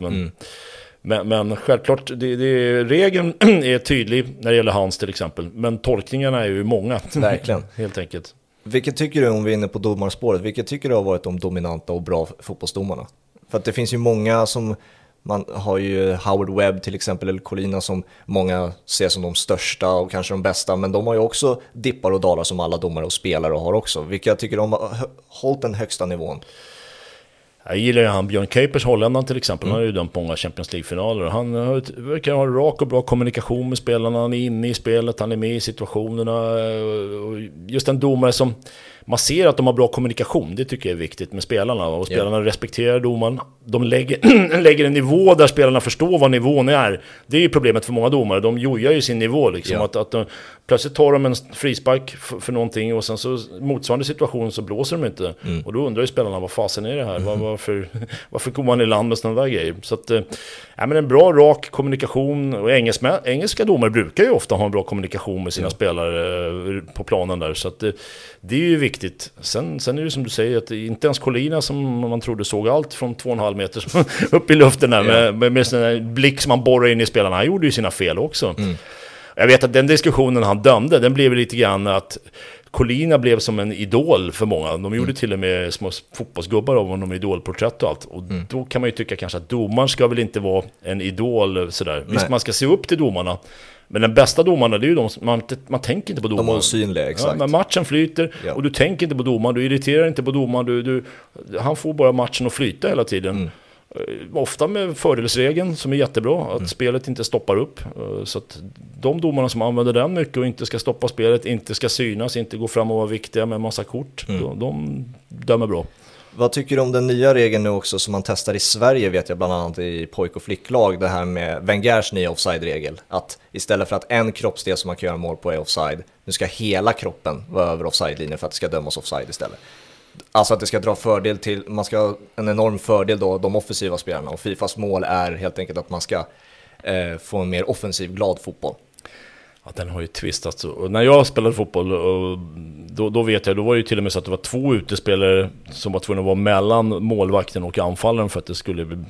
Men självklart, regeln är tydlig när det gäller Hans till exempel. Men tolkningarna är ju många. Verkligen. Helt enkelt. Vilket tycker du, om vi är inne på domarspåret, vilket tycker du har varit de dominanta och bra fotbollsdomarna? För att det finns ju många som, man har ju Howard Webb till exempel, eller Colina, som många ser som de största och kanske de bästa. Men de har ju också dippar och dalar som alla domare och spelare har också. Vilka tycker de har hållit den högsta nivån? Jag gillar ju han Björn Kuipers, holländaren till exempel. Han har ju dömt många Champions League-finaler. Han verkar ha rak och bra kommunikation med spelarna. Han är inne i spelet, han är med i situationerna. Och just en domare som man ser att de har bra kommunikation, det tycker jag är viktigt med spelarna. Och spelarna respekterar domaren. De lägger en nivå där spelarna förstår vad nivån är. Det är ju problemet för många domare. De jojar ju sin nivå liksom. Att de, plötsligt tar de en frispark för någonting, och sen så motsvarande situation så blåser de inte. Och då undrar ju spelarna, vad fasen är det här? Varför går man i land med sådana där grejer? Så att, men en bra, rak kommunikation. Och engelska domare brukar ju ofta ha en bra kommunikation med sina spelare på planen där. Så att det är ju viktigt. Sen är det som du säger, att inte ens Colina, som man trodde såg allt från 2,5 meter upp i luften där, med sån där blick som man borrar in i spelarna. Han gjorde ju sina fel också. Jag vet att den diskussionen han dömde, den blev lite grann att Colina blev som en idol för många. De gjorde till och med små fotbollsgubbar av honom, idolporträtt och allt. Och då kan man ju tycka kanske att domaren ska väl inte vara en idol sådär. Visst, man ska se upp till domarna. Men den bästa domarna, det är ju de som man tänker inte på domarna. De är osynliga, exakt. Men matchen flyter och du tänker inte på domaren, du irriterar inte på domaren, han får bara matchen att flyta hela tiden. Ofta med fördelsregeln som är jättebra, att spelet inte stoppar upp. Så att de domarna som använder den mycket och inte ska stoppa spelet, inte ska synas, inte gå fram och vara viktiga med en massa kort, de dömer bra. Vad tycker du om den nya regeln nu också som man testar i Sverige, vet jag, bland annat i pojk- och flicklag, det här med Wengers nya offside-regel, att istället för att en kroppsdel som man kan göra mål på är offside, nu ska hela kroppen vara över offside-linjen för att det ska dömas offside istället. Alltså att det ska dra fördel till, man ska ha en enorm fördel då, de offensiva spelarna, och Fifas mål är helt enkelt att man ska få en mer offensiv, glad fotboll. Ja, den har ju twistats. Och när jag spelade fotboll, då vet jag, då var det ju till och med så att det var 2 utespelare som var tvungna att vara mellan målvakten och anfallaren för att det skulle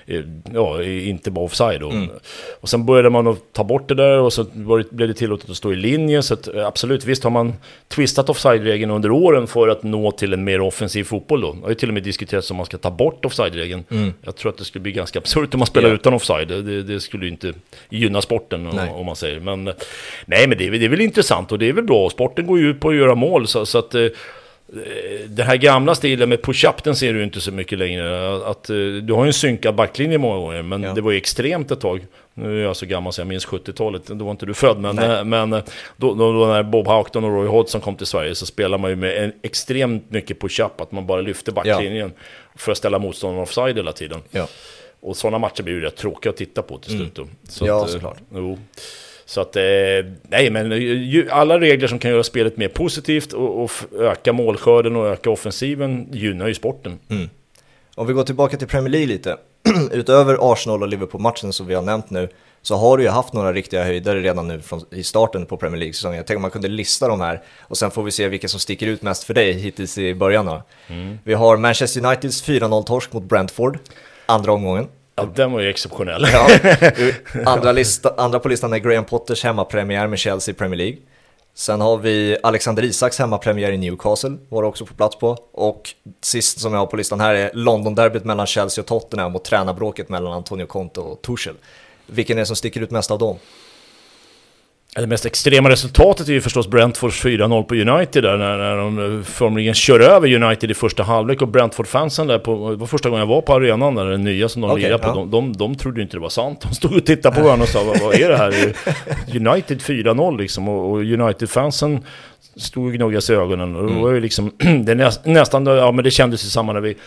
inte vara offside då. Och sen började man att ta bort det där, och så blev det tillåtet att stå i linje. Så att, absolut, visst har man twistat offside-regeln under åren för att nå till en mer offensiv fotboll då. Det har ju till och med diskuterats om man ska ta bort offside-regeln. Jag tror att det skulle bli ganska absurt om man spelar utan offside. Det skulle ju inte gynna sporten om man säger. Men nej, men det är väl intressant och det är väl bra. Sporten går ju ut på att göra mål, så att den här gamla stilen med push-up, den ser du inte så mycket längre. Att du har ju en synkad backlinje många gånger, men det var ju extremt ett tag. Nu är jag så gammal så jag minns 70-talet, då var inte du född, men då när Bob Houghton och Roy Hodgson kom till Sverige så spelar man ju med en extremt mycket push-up, att man bara lyfter backlinjen för att ställa motståndaren offside hela tiden. Och sådana matcher blir ju rätt tråkiga att titta på till slut. Såklart. Så att, nej, men alla regler som kan göra spelet mer positivt och öka målskörden och öka offensiven gynnar ju sporten. Om vi går tillbaka till Premier League lite, utöver Arsenal och Liverpool-matchen som vi har nämnt nu, så har du ju haft några riktiga höjdare redan nu i starten på Premier League-säsongen. Jag tänker man kunde lista de här, och sen får vi se vilka som sticker ut mest för dig hittills i början. Vi har Manchester Uniteds 4-0-torsk mot Brentford, andra omgången. Ja, den var ju exceptionell. Andra på listan är Graham Potters hemmapremiär med Chelsea i Premier League. Sen har vi Alexander Isaks hemmapremiär i Newcastle, var det också på plats på. Och sist som jag har på listan här är London-derbyt mellan Chelsea och Tottenham och tränarbråket mellan Antonio Conte och Tuchel. Vilken är det som sticker ut mest av dem? Det mest extrema resultatet är ju förstås Brentfords 4-0 på United där, när de formligen kör över United i första halvlek, och Brentford-fansen där det var första gången jag var på arenan där, den nya som de lirar på, de trodde ju inte det var sant. De stod och tittade på varandra och sa, vad är det här? United 4-0 liksom, och United-fansen stod och gnuggade sig i ögonen, och det var ju liksom det nästan, ja, men det kändes ju samma när vi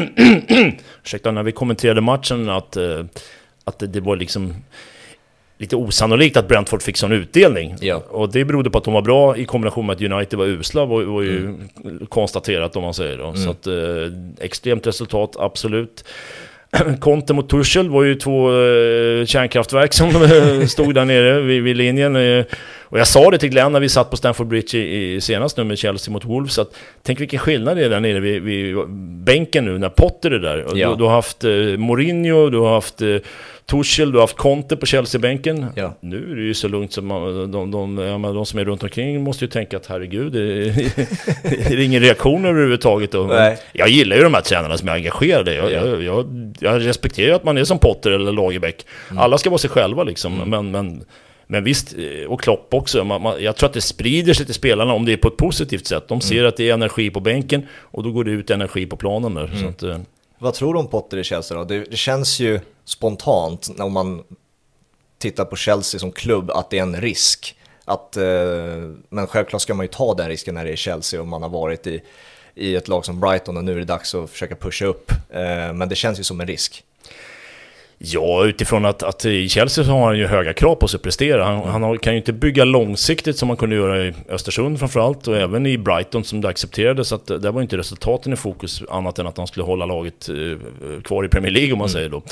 när vi kommenterade matchen att det var liksom lite osannolikt att Brentford fick sån utdelning. Ja. Och det berodde på att de var bra i kombination med att United var usla, var ju konstaterat, om man säger då. Så att extremt resultat, absolut. Conte mot Tuchel var ju 2 kärnkraftverk som stod där nere vid linjen. Och jag sa det till Glenn när vi satt på Stamford Bridge i senast nu med Chelsea mot Wolves, att tänk vilken skillnad det är där nere vid bänken nu när Potter är där. Ja. Du har haft Mourinho, du har haft Tuchel, du har haft Conte på Chelsea-bänken. Ja. Nu är det ju så lugnt som de som är runt omkring måste ju tänka att herregud, det är ingen reaktion överhuvudtaget då. Jag gillar ju de här tränarna som är engagerade. Jag respekterar att man är som Potter eller Lagerbäck. Alla ska vara sig själva liksom, men visst, och Klopp också, jag tror att det sprider sig till spelarna om det är på ett positivt sätt. De ser att det är energi på bänken, och då går det ut energi på planen där. Så att, vad tror du om Potter i Chelsea då? Det känns ju spontant när man tittar på Chelsea som klubb att det är en risk. Men självklart ska man ju ta den risken när det är Chelsea, och man har varit i ett lag som Brighton, och nu är det dags att försöka pusha upp. Men det känns ju som en risk. Ja, utifrån att i Chelsea så har han ju höga krav på sig att prestera. Han kan ju inte bygga långsiktigt som man kunde göra i Östersund framförallt, och även i Brighton som det accepterades, att där var inte resultaten i fokus annat än att han skulle hålla laget kvar i Premier League, om man säger då.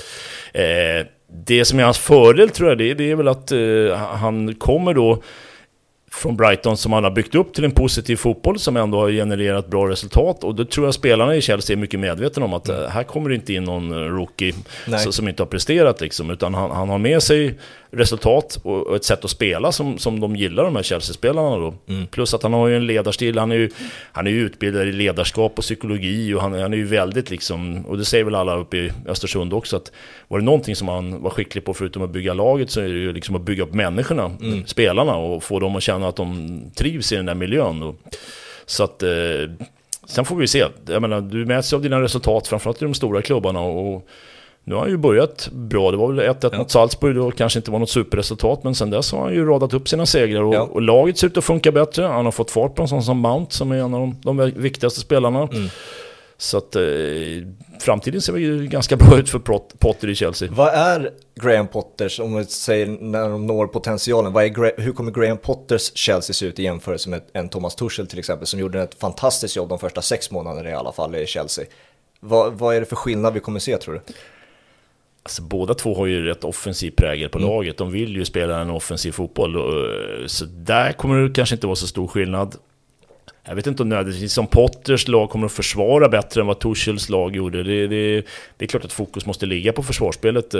Det som är hans fördel tror jag, det är väl att han kommer då från Brighton som han har byggt upp till en positiv fotboll som ändå har genererat bra resultat, och då tror jag spelarna i Chelsea är mycket medvetna om att här kommer det inte in någon rookie som inte har presterat liksom, utan han har med sig resultat och ett sätt att spela som de gillar, de här Chelsea-spelarna då. Plus att han har ju en ledarstil, han är ju utbildad i ledarskap och psykologi, och han är ju väldigt liksom, och det säger väl alla uppe i Östersund också, att var det någonting som han var skicklig på förutom att bygga laget, så är det ju liksom att bygga upp människorna, spelarna, och få dem att känna att de trivs i den där miljön. Och så att sen får vi se. Jag menar, du mäts av dina resultat framförallt i de stora klubbarna, och nu har han ju börjat bra. Det var väl 1-1 mot Salzburg, då kanske inte var något superresultat, men sen dess har han ju radat upp sina segrar, och laget ser ut att funka bättre. Han har fått fart på en sån som Mount, som är en av de viktigaste spelarna. Så att framtiden ser ju ganska bra ut för Potter i Chelsea. Vad är Graham Potters, om vi säger när de når potentialen, hur kommer Graham Potters Chelsea se ut i jämförelse med en Thomas Tuchel till exempel, som gjorde ett fantastiskt jobb de första 6 månaderna i alla fall i Chelsea? Vad är det för skillnad vi kommer se, tror du? Alltså, båda två har ju rätt offensiv prägel på laget. De vill ju spela en offensiv fotboll, så där kommer det kanske inte vara så stor skillnad. Jag vet inte om nödvändigtvis som Potters lag kommer att försvara bättre än vad Tuchels lag gjorde. Det är klart att fokus måste ligga på försvarsspelet.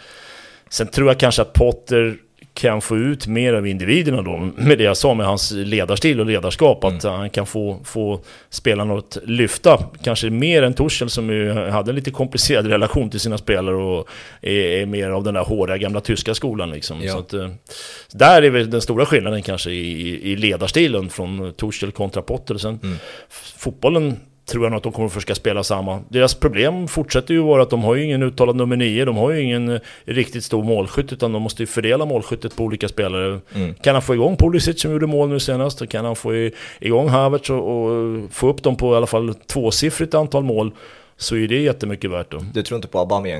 Sen tror jag kanske att Potter kan få ut mer av individerna då, med det jag sa med hans ledarstil och ledarskap, att han kan få spelarna att lyfta, kanske mer än Tuchel som ju hade en lite komplicerad relation till sina spelare och är mer av den där hårda gamla tyska skolan liksom. Så att, där är väl den stora skillnaden kanske i ledarstilen från Tuchel kontra Potter. Sen fotbollen tror jag nog att de kommer att försöka spela samma. Deras problem fortsätter ju vara att de har ju ingen uttalad nummer 9, de har ju ingen riktigt stor målskytt, utan de måste ju fördela målskyttet på olika spelare. Kan han få igång Pulisic som gjorde mål nu senast, och kan han få igång Havertz och få upp dem på i alla fall 2-siffrigt antal mål, så är det jättemycket värt då. Du tror inte på Aubameyang?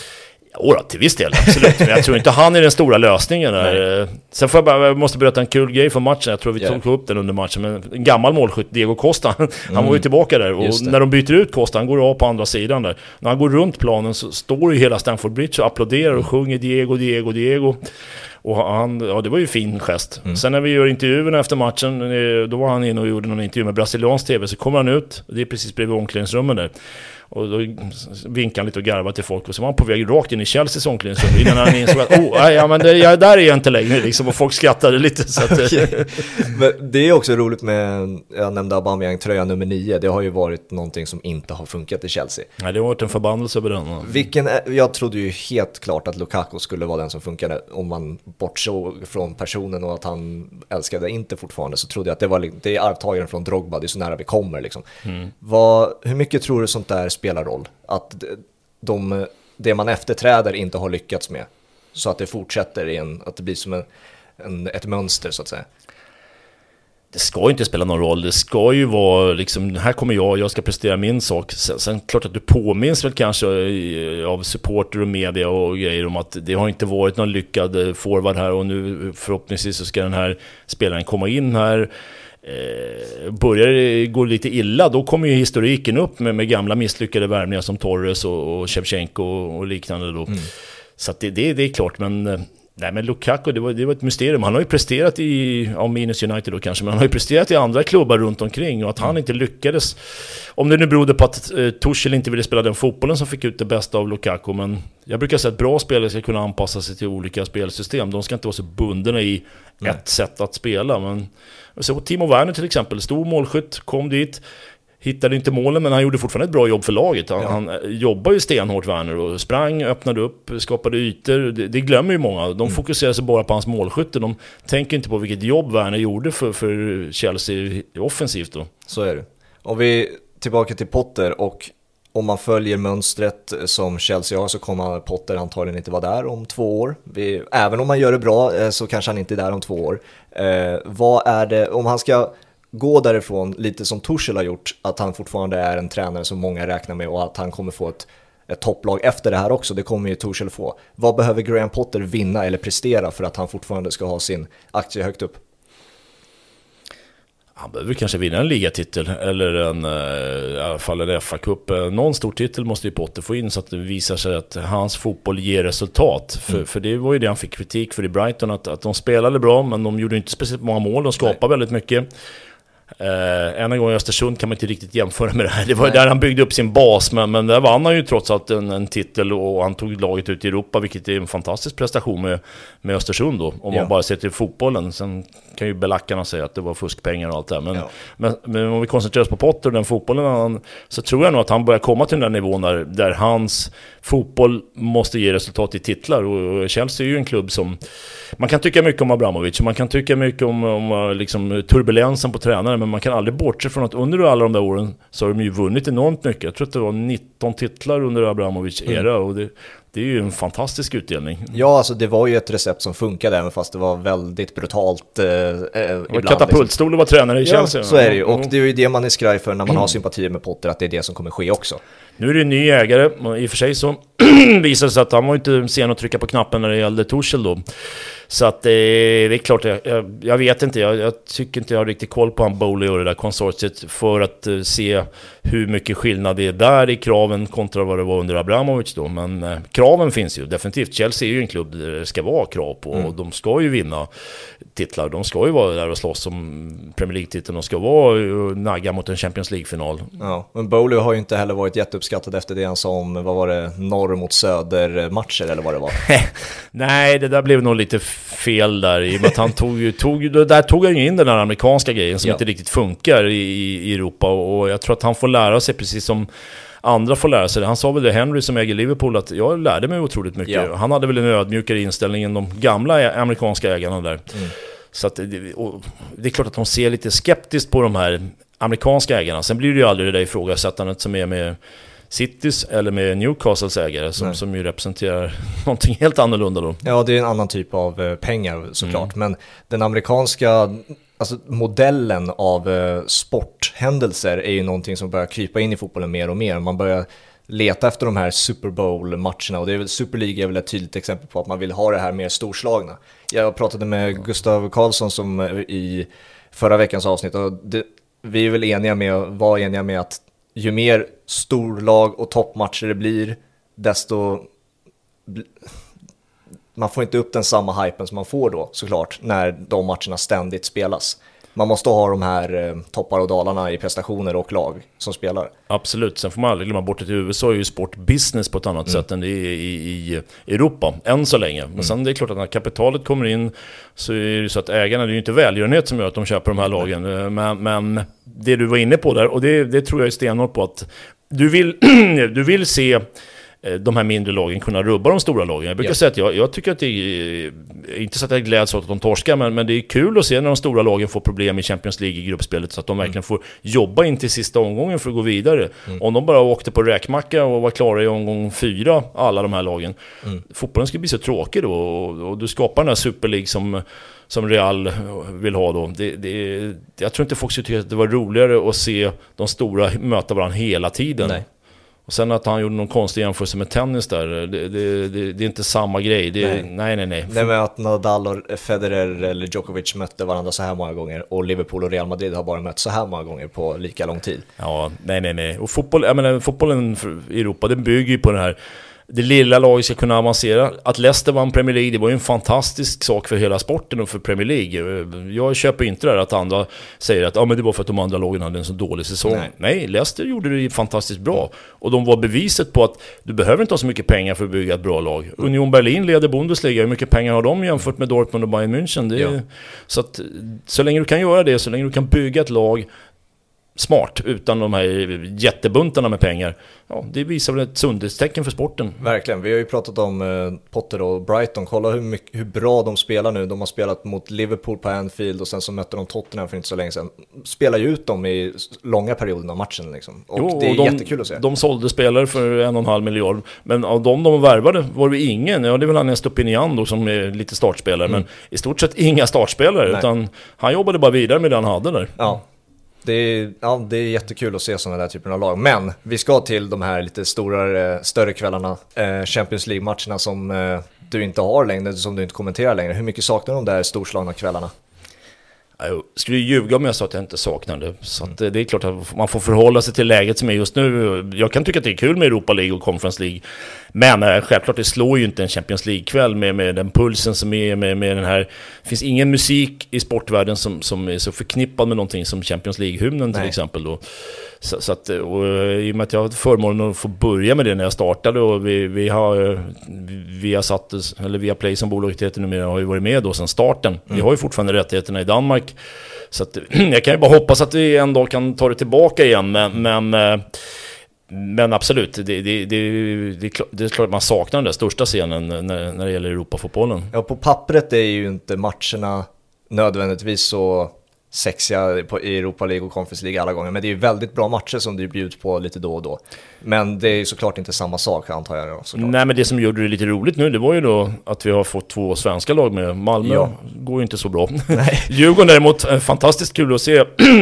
Till viss del, absolut. Men jag tror inte han är den stora lösningen där. Sen jag måste berätta en kul grej från matchen. Jag tror vi tog upp den under matchen. Men en gammal målskytt, Diego Costa, han var ju tillbaka där. Och när de byter ut Costa, han går av på andra sidan där. När han går runt planen så står ju hela Stamford Bridge och applåderar och sjunger Diego, Diego, Diego. Och det var ju fin gest. Sen när vi gör intervjuerna efter matchen, då var han inne och gjorde någon intervju med brasiliansk tv, så kommer han ut, det är precis bredvid omklädningsrummen där. Och då vinkade han lite och garvade till folk och så var han på väg rakt in i Chelseas omklädningsrum innan han insåg att där är jag inte längre liksom, och folk skrattade lite så att, Men det är också roligt med, jag nämnde Aubameyang, tröja nummer 9, det har ju varit någonting som inte har funkat i Chelsea. Nej, det har varit en förbannelse över den. Jag trodde ju helt klart att Lukaku skulle vara den som funkade, om man bortsåg från personen och att han älskade inte fortfarande, så trodde jag att det är arvtagaren från Drogba, det är så nära vi kommer liksom. Hur mycket tror du sånt där spelar roll? Att det man efterträder inte har lyckats med, så att det fortsätter att det blir som ett mönster så att säga. Det ska inte spela någon roll, det ska ju vara liksom, här kommer jag ska prestera min sak. Sen klart att du påminns väl kanske av supporter och media och grejer om att det har inte varit någon lyckad forward här, och nu förhoppningsvis så ska den här spelaren komma in här. Börjar det gå lite illa, då kommer ju historiken upp med gamla misslyckade värvningar som Torres och Shevchenko och liknande då. Så att det är klart, men nej, men Lukaku, det var ett mysterium. Han har ju presterat minus United då kanske, men han har ju presterat i andra klubbar runt omkring, och att han inte lyckades, om det nu berodde på att Tuchel inte ville spela den fotbollen som fick ut det bästa av Lukaku. Men jag brukar säga att bra spelare ska kunna anpassa sig till olika spelsystem. De ska inte vara så bundna i ett sätt att spela. Men så Timo Werner till exempel, stor målskytt, kom dit, hittade inte målen, men han gjorde fortfarande ett bra jobb för laget. Han jobbar ju stenhårt, Werner, och sprang, öppnade upp, skapade ytor. Det glömmer ju många. De fokuserar sig bara på hans målskytte. De tänker inte på vilket jobb Werner gjorde för Chelsea offensivt då. Så är det. Om vi tillbaka till Potter, och om man följer mönstret som Chelsea har, så kommer Potter antagligen inte vara där om 2 år. Även om man gör det bra så kanske han inte är där om 2 år. Vad är det, om han ska gå därifrån lite som Tuchel har gjort, att han fortfarande är en tränare som många räknar med, och att han kommer få ett topplag efter det här också, det kommer ju Tuchel få. Vad behöver Graham Potter vinna eller prestera för att han fortfarande ska ha sin aktie högt upp? Han behöver kanske vinna en ligatitel eller i alla fall en FA-cup. Någon stor titel måste ju Potter få in, så att det visar sig att hans fotboll ger resultat. För det var ju det han fick kritik för i Brighton, att de spelade bra, men de gjorde inte speciellt många mål. De skapade väldigt mycket. En gång i Östersund kan man inte riktigt jämföra med det här. Det var där han byggde upp sin bas, men där vann han ju trots allt en titel, och han tog laget ut i Europa, vilket är en fantastisk prestation med Östersund då, om man bara ser till fotbollen. Sen kan ju belackarna säga att det var fuskpengar och allt det här, men om vi koncentrerar oss på Potter och den fotbollen, så tror jag nog att han börjar komma till den där nivån där hans fotboll måste ge resultat i titlar. Och Chelsea är ju en klubb som man kan tycka mycket om Abramovich, man kan tycka mycket om liksom turbulensen på tränare, men man kan aldrig bortse från att under alla de där åren så har de ju vunnit enormt mycket. Jag tror att det var 19 titlar under Abramovich era, och det är ju en fantastisk utdelning. Ja, alltså det var ju ett recept som funkade, även fast det var väldigt brutalt ibland. Katapultstol liksom. Var tränare i Chelsea. Ja, så är det ju. Och det är ju det man är skraj för när man har sympatier med Potter, att det är det som kommer ske också. Nu är det en ny ägare, i och för sig så visade det sig att han var inte sen att trycka på knappen när det gällde Tuchel då. Så att det är klart, jag vet inte, jag tycker inte jag har riktigt koll på han Bowley och det där konsortiet för att se hur mycket skillnad det är där i kraven kontra vad det var under Abramovich då. Men kraven finns ju definitivt. Chelsea är ju en klubb där det ska vara krav på, och de ska ju vinna titlar. De ska ju vara där och slåss om Premier League-titeln, de ska vara nagga mot en Champions League-final. Ja, men Bowley har ju inte heller varit jätteuppskattad efter det han sa om, vad var det, norr mot söder matcher eller vad det var. Nej, det där blev nog lite fel där, i och med att han tog han ju in den här amerikanska grejen som inte riktigt funkar i Europa, och jag tror att han får lära sig precis som andra får lära sig. Han sa väl det, Henry som äger Liverpool, att jag lärde mig otroligt mycket. Ja. Han hade väl en ödmjukare inställning än de gamla amerikanska ägarna där. Så att det är klart att de ser lite skeptiskt på de här amerikanska ägarna. Sen blir det ju aldrig det där ifrågasättandet som är med Citys eller med Newcastles ägare som ju representerar någonting helt annorlunda då. Ja, det är en annan typ av pengar såklart, men den amerikanska, alltså modellen av sporthändelser är ju någonting som börjar krypa in i fotbollen mer och mer. Man börjar leta efter de här Super Bowl-matcherna, och det är väl, Super League är väl ett tydligt exempel på att man vill ha det här mer storslagna. Jag pratade med Gustav Karlsson som i förra veckans avsnitt, och vi är väl eniga med att ju mer storlag och toppmatcher det blir, desto man får inte upp den samma hypen som man får då, såklart, när de matcherna ständigt spelas. man måste ha de här toppar och dalarna i prestationer och lag som spelar. Absolut, sen får man aldrig glömma bort att i USA är ju sport business på ett annat sätt än det är i Europa, än så länge. Men sen det är klart att när kapitalet kommer in så är det så att ägarna, det är ju inte välgörenhet som gör att de köper de här lagen. Men det du var inne på där, och det tror jag är stenhårt på, att du vill se de här mindre lagen kunna rubba de stora lagen. Jag brukar säga att jag tycker att det är inte så att jag gläds åt att de torskar, men det är kul att se när de stora lagen får problem i Champions League i gruppspelet, så att de verkligen får jobba in till sista omgången för att gå vidare. Om de bara åkte på räkmacka och var klara i omgång 4, alla de här lagen, fotbollen skulle bli så tråkig då, och du skapar den här Super League som Real vill ha då. Jag tror inte folk skulle tycka att det var roligare att se de stora möta varandra hela tiden. Nej. Och sen att han gjorde någon konstig jämförelse med tennis där, det är inte samma grej. Nej. Det med att Nadal och Federer eller Djokovic mötte varandra så här många gånger, och Liverpool och Real Madrid har bara mött så här många gånger på lika lång tid. Ja, nej. Och fotbollen i Europa, den bygger ju på den här, det lilla laget ska kunna avancera. Att Leicester vann Premier League, det var ju en fantastisk sak för hela sporten och för Premier League. Jag köper inte det att andra säger att men det var för att de andra lagen hade en så dålig säsong. Nej, Leicester gjorde det fantastiskt bra. Och de var beviset på att du behöver inte ha så mycket pengar för att bygga ett bra lag. Union Berlin leder Bundesliga. Hur mycket pengar har de jämfört med Dortmund och Bayern München? Så att så länge du kan göra det, så länge du kan bygga ett lag smart, utan de här jättebuntarna med pengar, det visar väl ett sundhetstecken för sporten. Verkligen, vi har ju pratat om Potter och Brighton. Kolla hur bra de spelar nu. De har spelat mot Liverpool på Anfield, och sen så mötte de Tottenham för inte så länge sedan. Spelar ju ut dem i långa perioder av matchen liksom. Och det är jättekul att se. De sålde spelare för 1,5 miljard, men av de värvade var det ingen. Det är väl han Estopinian då som är lite startspelare, men i stort sett inga startspelare. Utan han jobbade bara vidare med det han hade där. Ja. Det är jättekul att se sådana där typer av lag. Men vi ska till de här lite större kvällarna, Champions League-matcherna som du inte har längre, som du inte kommenterar längre. Hur mycket saknar de där storslagna kvällarna? Jag skulle ljuga om jag sa att jag inte saknar det. Så att det är klart att man får förhålla sig till läget som är just nu. Jag kan tycka att det är kul med Europa League och Conference League. Men självklart, det slår ju inte en Champions League-kväll med den pulsen som är med den här. Det finns ingen musik i sportvärlden som är så förknippad med någonting som Champions League-hymnen till exempel då. Så att, och i och med att jag hade förmånen att få börja med det när jag startade, och vi har via Play som bolaget heter numera, har ju varit med då sedan starten. Vi har ju fortfarande rättigheterna i Danmark, så att, jag kan ju bara hoppas att vi en dag kan ta det tillbaka igen, men absolut, det är klart att man saknar den där största scenen när det gäller Europafotbollen. Ja, på pappret är ju inte matcherna nödvändigtvis så sexiga i Europa League och Conference League alla gånger, men det är ju väldigt bra matcher som det bjuds på lite då och då. Men det är ju såklart inte samma sak, antar jag då, såklart. Nej, men det som gjorde det lite roligt nu, det var ju då att vi har fått 2 svenska lag med. Malmö går ju inte så bra. Djurgården däremot, fantastiskt kul att se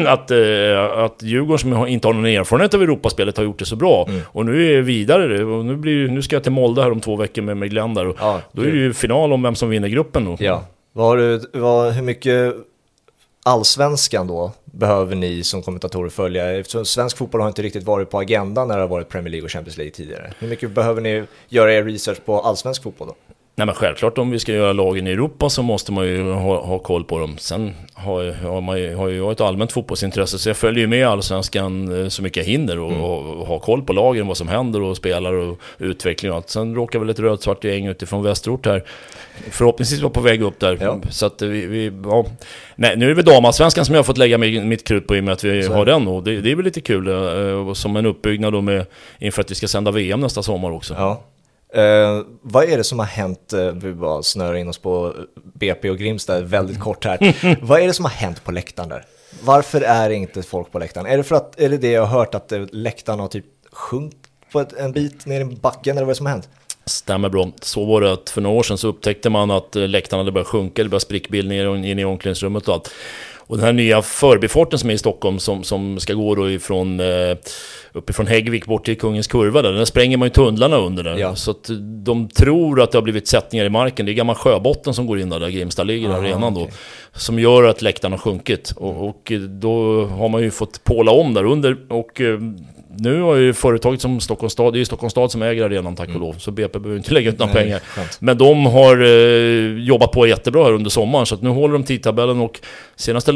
att Djurgården som inte har någon erfarenhet av Europaspelet har gjort det så bra. Och nu är vi vidare, och nu ska jag till Molde här om 2 veckor med Glenn där, och då är det ju final om vem som vinner gruppen då. Ja. Hur mycket allsvenskan då behöver ni som kommentatorer följa? Eftersom svensk fotboll har inte riktigt varit på agendan när det har varit Premier League och Champions League tidigare. Hur mycket behöver ni göra er research på allsvensk fotboll då? Nej, men självklart, om vi ska göra lagen i Europa så måste man ju ha koll på dem. Sen har jag ett allmänt fotbollsintresse, så jag följer ju med allsvenskan så mycket jag hinner och har koll på lagen, vad som händer och spelar och utveckling och allt. Sen råkar väl ett rödsvart gäng utifrån Västerort här förhoppningsvis var på väg upp där. Ja. Så att nej, nu är det damallsvenskan som jag har fått lägga mitt krut på i och med att vi har den, och det är väl lite kul som en uppbyggnad då inför att vi ska sända VM nästa sommar också. Ja. Vad är det som har hänt? Vi bara snörar in oss på BP och Grimstad väldigt kort här. Vad är det som har hänt på läktaren där? Varför är det inte folk på läktaren? Är det det jag har hört, att läktaren har typ sjunkit på en bit ner i backen, eller vad är det som har hänt? Stämmer bra. Så var det att för några år sedan så upptäckte man att läktarna hade börjat sjunka, det började sprickbildningar in i omklädningsrummet och allt. Och den här nya förbifarten som är i Stockholm som ska gå då uppifrån Häggvik bort till Kungens Kurva där spränger man ju tunnlarna under där. Ja. Så att de tror att det har blivit sättningar i marken. Det är gammal sjöbotten som går in där Grimstad ligger i arenan då, som gör att läktarna har sjunkit. Och då har man ju fått påla om där under, och nu har ju företaget som Stockholms stad, det är ju Stockholms stad som äger arenan, tack och lov, så BP behöver inte lägga ut några pengar. Skönt. Men de har jobbat på jättebra här under sommaren, så att nu håller de tidtabellen, och senaste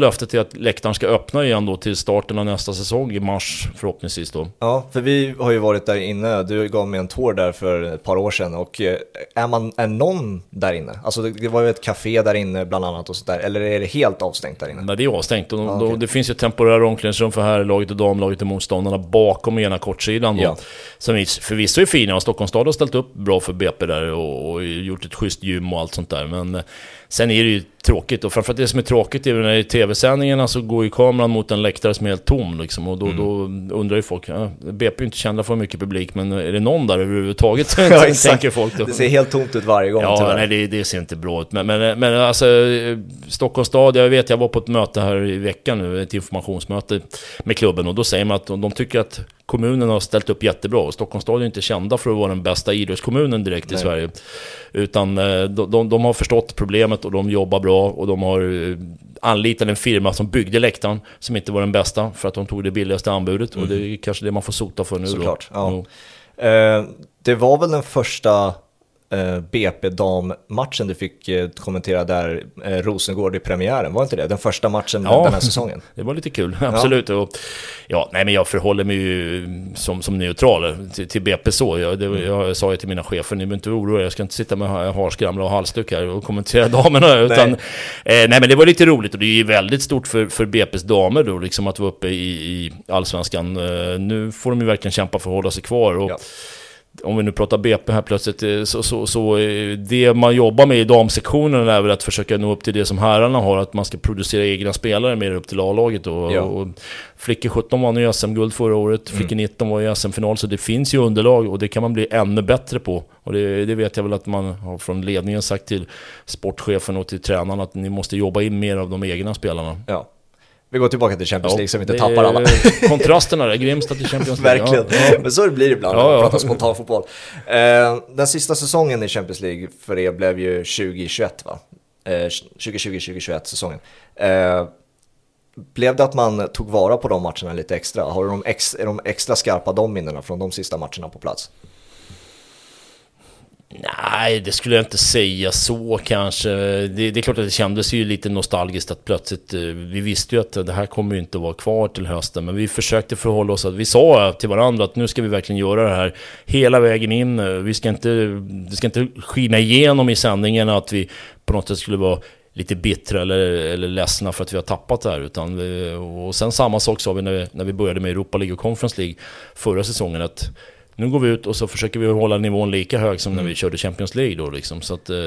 löftet är att läktaren ska öppna igen då till starten av nästa säsong i mars förhoppningsvis då. Ja, för vi har ju varit där inne. Du gav mig en tour där för ett par år sedan. Och är någon där inne? Alltså det var ju ett café där inne bland annat och sådär. Eller är det helt avstängt där inne? Nej, det är avstängt. Och det finns ju temporära omklädningsrum för herrlaget och damlaget och motståndarna bakom ena kortsidan då. Ja. Som förvisso är fina. Och Stockholms stad har ställt upp bra för BP där och gjort ett schysst gym och allt sånt där. Men sen är det ju tråkigt, och framförallt det som är tråkigt är när i tv-sändningarna så går ju kameran mot en läktare som är helt tom liksom, och då undrar ju folk, BP är inte kända för mycket publik, men är det någon där överhuvudtaget? Tänker folk då. Det ser helt tomt ut varje gång. Ja, nej, det ser inte bra ut, men alltså Stockholms stad, jag var på ett möte här i veckan nu, ett informationsmöte med klubben, och då säger man att de tycker att kommunen har ställt upp jättebra, och Stockholms stad är inte kända för att vara den bästa idrottskommunen direkt i Sverige, utan de har förstått problemet och de jobbar bra, och de har anlitat en firma som byggde läktaren som inte var den bästa för att de tog det billigaste anbudet, och det är kanske det man får sota för nu. Såklart, ja. Det var väl den första BP-dammatchen du fick kommentera där, Rosengård i premiären, var inte det? Den första matchen den här säsongen. Det var lite kul, absolut. Och, men jag förhåller mig ju som neutral till BP så. Jag sa ju till mina chefer, ni behöver inte oroa er, jag ska inte sitta med harskramla och halsduk här och kommentera damerna, utan men det var lite roligt, och det är ju väldigt stort för BP:s damer då, liksom att vara uppe i Allsvenskan. Nu får de ju verkligen kämpa för att hålla sig kvar, och om vi nu pratar BP här plötsligt, så det man jobbar med i damsektionen är väl att försöka nå upp till det som herrarna har, att man ska producera egna spelare mer upp till A-laget och flickor 17 var nu i SM-guld förra året, flickor 19 var i SM-final, så det finns ju underlag, och det kan man bli ännu bättre på, och det vet jag väl att man har från ledningen sagt till sportchefen och till tränarna, att ni måste jobba in mer av de egna spelarna. Ja. Vi går tillbaka till Champions League så vi inte tappar alla. Kontrasterna där, Grimstad till Champions League. Verkligen, men så blir det ibland när man pratar spontan fotboll. Den sista säsongen i Champions League för er blev ju 2021 va? 2020-2021 säsongen. Blev det att man tog vara på de matcherna lite extra? Är de extra skarpa, de minnena från de sista matcherna på plats? Nej, det skulle jag inte säga så kanske. Det är klart att det kändes ju lite nostalgiskt att plötsligt, vi visste ju att det här kommer ju inte att vara kvar till hösten, men vi försökte förhålla oss, att vi sa till varandra att nu ska vi verkligen göra det här hela vägen in. Det ska inte skina igenom i sändningen att vi på något sätt skulle vara lite bittra eller ledsna för att vi har tappat det här, och sen samma sak sa vi när vi började med Europa League och Conference League förra säsongen, att nu går vi ut och så försöker vi hålla nivån lika hög som när vi körde Champions League då liksom. Så att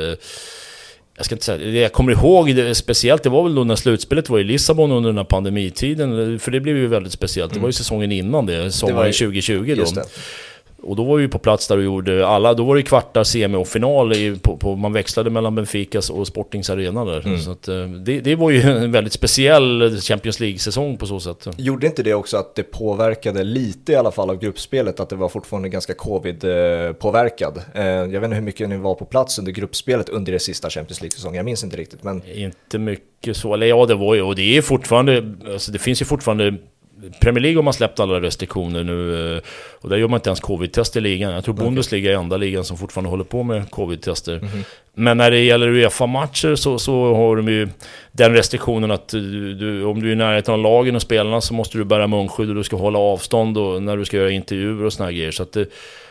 jag ska inte säga, det jag kommer ihåg det, speciellt, det var väl då när slutspelet var i Lissabon under den här pandemitiden, för det blev ju väldigt speciellt. Det var ju säsongen innan det, sommaren 2020 då. Och då var vi på plats där och gjorde alla, då var det kvartar, semi och final man växlade mellan Benficas och Sportings arena där. Så att, det var ju en väldigt speciell Champions League-säsong på så sätt. Gjorde inte det också att det påverkade lite i alla fall av gruppspelet, att det var fortfarande ganska covid-påverkad? Jag vet inte hur mycket ni var på plats under gruppspelet under det sista Champions League-säsongen, jag minns inte riktigt. Men... Inte mycket så, eller det var ju, och det är fortfarande, alltså det finns ju fortfarande Premier League har man släppt alla restriktioner nu, och där gör man inte ens covid-test i ligan. Jag tror Bundesliga är enda ligan som fortfarande håller på med covid-tester. Men när det gäller UEFA-matcher så har de ju den restriktionen att om du är i närheten av lagen och spelarna så måste du bära munskydd och du ska hålla avstånd och när du ska göra intervjuer och såna grejer. Så att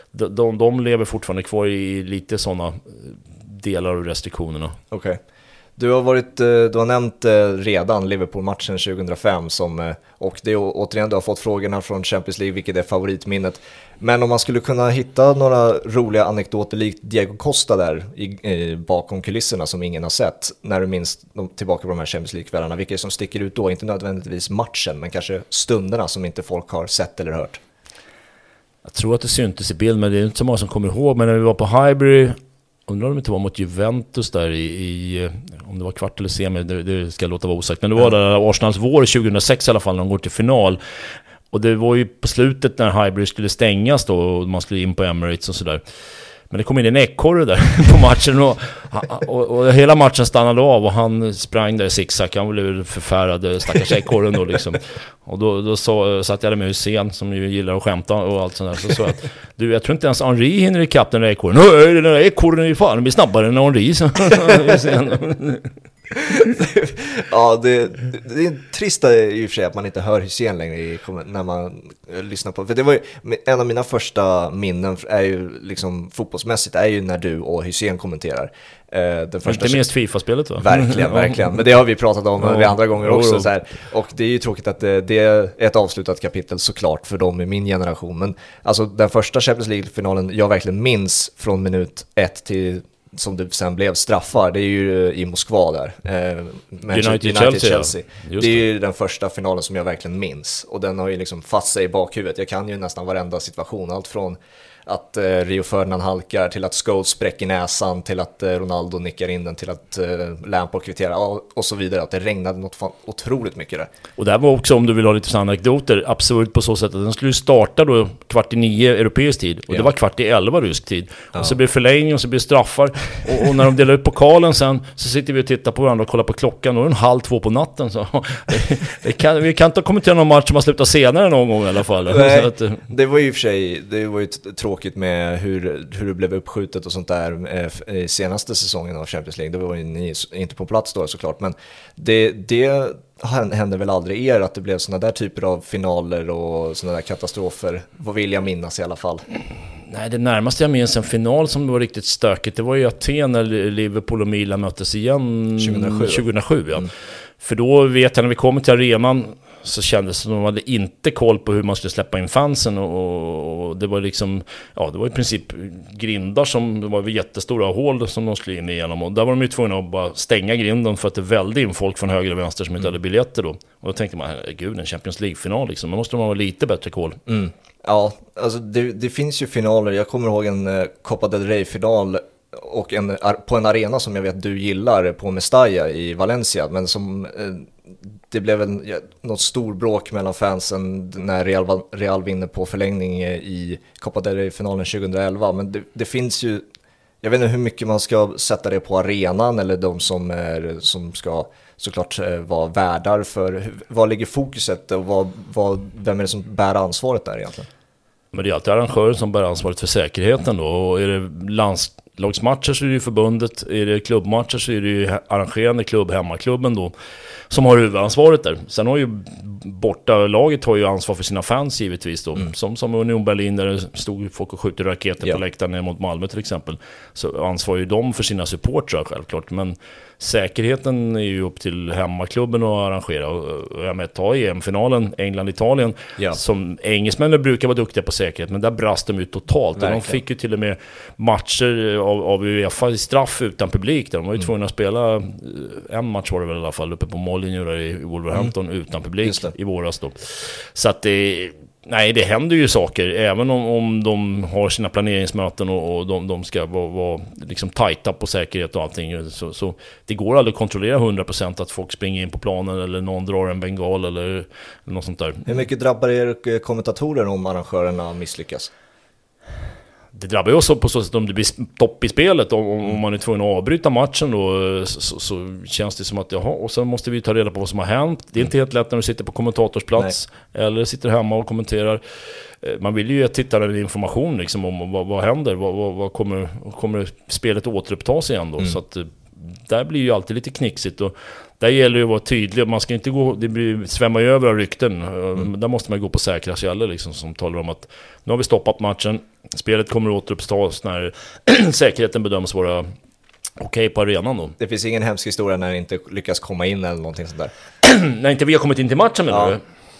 de lever fortfarande kvar i lite sådana delar av restriktionerna. Okej. Du har nämnt redan Liverpool-matchen 2005 och det är återigen, du har fått frågorna från Champions League, vilket är favoritminnet. Men om man skulle kunna hitta några roliga anekdoter likt Diego Costa där bakom kulisserna som ingen har sett, när du minns tillbaka på de här Champions League-kvällarna, vilka är som sticker ut då? Inte nödvändigtvis matchen, men kanske stunderna som inte folk har sett eller hört. Jag tror att det syntes i bild, men det är inte så många som kommer ihåg. Men när vi var på Highbury, undrar om det inte var mot Juventus där om det var kvart eller semi, det ska låta vara osagt. Men det var där Arsenals vår 2006 i alla fall, när de går till final. Och det var ju på slutet när Highbury skulle stängas då, och man skulle in på Emirates och sådär. Men det kom in en ekorre där på matchen och hela matchen stannade av och han sprang där i zigzag. Han blev förfärad, stackars ekorren då liksom. Och då satt jag där med Hussein som ju gillar att skämta och allt sånt där. Så att, jag tror inte ens Henri hinner ikapp den där ekorren. Nej, den där ekorren är ju fan, den blir snabbare än Henri. Ja, det är trist i och för sig att man inte hör Hysén längre när man lyssnar på. För det var ju, en av mina första minnen är ju liksom fotbollsmässigt är ju när du och Hysén kommenterar. Den första inte minst FIFA-spelet va? Verkligen. Men det har vi pratat om vid andra gånger också. Så här. Och det är ju tråkigt att det är ett avslutat kapitel såklart för dem i min generation. Men alltså den första Champions League-finalen jag verkligen minns från minut 1 till som det sen blev straffar, det är ju i Moskva där. United-Chelsea. Det är ju den första finalen som jag verkligen minns. Och den har ju liksom fast sig i bakhuvudet. Jag kan ju nästan varenda situation. Allt från att Rio Ferdinand halkar till att Scholes spräcker näsan till att Ronaldo nickar in den till att Lampard kvitterar och så vidare. Att det regnade något fan otroligt mycket där. Och det här var också, om du vill ha lite sådana anekdoter, absurt på så sätt att den skulle starta då 8:45 europeisk tid och det var 11:15 rysk tid. Och så blir det förlängning och så blir det straffar och när de delar ut pokalen sen så sitter vi och tittar på varandra och kollar på klockan och det är 1:30 på natten så vi kan inte kommentera någon match som har slutat senare någon gång i alla fall. Nej, så att, det var ju för sig, det var ju tråkigt med hur det blev uppskjutet och sånt där i senaste säsongen av Champions League. Det var ju ni inte på plats då såklart, men det hände väl aldrig er att det blev såna där typer av finaler och såna där katastrofer. Vad vill jag minnas i alla fall? Nej, det närmaste jag minns en final som var riktigt stökigt, det var ju Aten när Liverpool och Milan möttes igen 2007 ja. För då vet jag när vi kommer till arenan så kändes det som att de hade inte koll på hur man skulle släppa in fansen och det var liksom, ja det var i princip grindar som, det var jättestora hål som de skulle in igenom och där var de ju tvungna att bara stänga grinden för att det välde in folk från höger och vänster som inte hade biljetter då. Och då tänkte man, gud en Champions League-final liksom, man måste ha lite bättre koll. Ja, alltså det finns ju finaler, jag kommer ihåg en Copa del Rey-final och på en arena som jag vet du gillar på Mestalla i Valencia, men som det blev något stor bråk mellan fansen när Real vinner på förlängning i Copa del Rey-finalen 2011, men det finns ju, jag vet inte hur mycket man ska sätta det på arenan eller de som ska såklart vara värdar för, vad ligger fokuset och vem är det som bär ansvaret där egentligen? Men det är alltid arrangören som bär ansvaret för säkerheten då, och är det landslagsmatcher så är det ju förbundet, är det klubbmatcher så är det ju arrangerande klubb, hemmaklubben då, som har huvudansvaret där. Sen har ju bortalaget har ju ansvar för sina fans givetvis då, som Union Berlin där det stod folk och skjuter raketer på läktaren ner mot Malmö till exempel, så ansvarar ju de för sina supportrar självklart, men säkerheten är ju upp till hemmaklubben att arrangera. Och jag med ta EM-finalen England-Italien som engelsmännen brukar vara duktiga på säkerhet, men där brast de ut totalt. Och de fick ju till och med matcher av UEFA i straff utan publik där. De var ju tvungna att spela en match var det väl i alla fall uppe på Molineux i Wolverhampton utan publik i våras då. Så att det händer ju saker även om de har sina planeringsmöten och de ska vara liksom tajta på säkerhet och allting, så det går aldrig att kontrollera 100% att folk springer in på planen eller någon drar en bengal eller något sånt där. Hur mycket drabbar er kommentatorer om arrangörerna misslyckas? Det drabbar ju också på så sätt om det blir topp i spelet. Om man är tvungen att avbryta matchen då, så känns det som att och sen måste vi ta reda på vad som har hänt. Det är inte helt lätt när du sitter på kommentatorsplats eller sitter hemma och kommenterar. Man vill ju ge tittaren information liksom, om vad händer. Vad kommer spelet återupptas igen då. Så att där blir ju alltid lite knixigt och där gäller det att vara tydlig. Man ska inte gå, det blir svämma över av rykten. Där måste man gå på säkra källor liksom, som talar om att nu har vi stoppat matchen. Spelet kommer att återupptas när säkerheten bedöms vara okej på arenan då. Det finns ingen hemsk historia när det inte lyckas komma in eller någonting sånt där. När inte vi har kommit in till matchen menar du?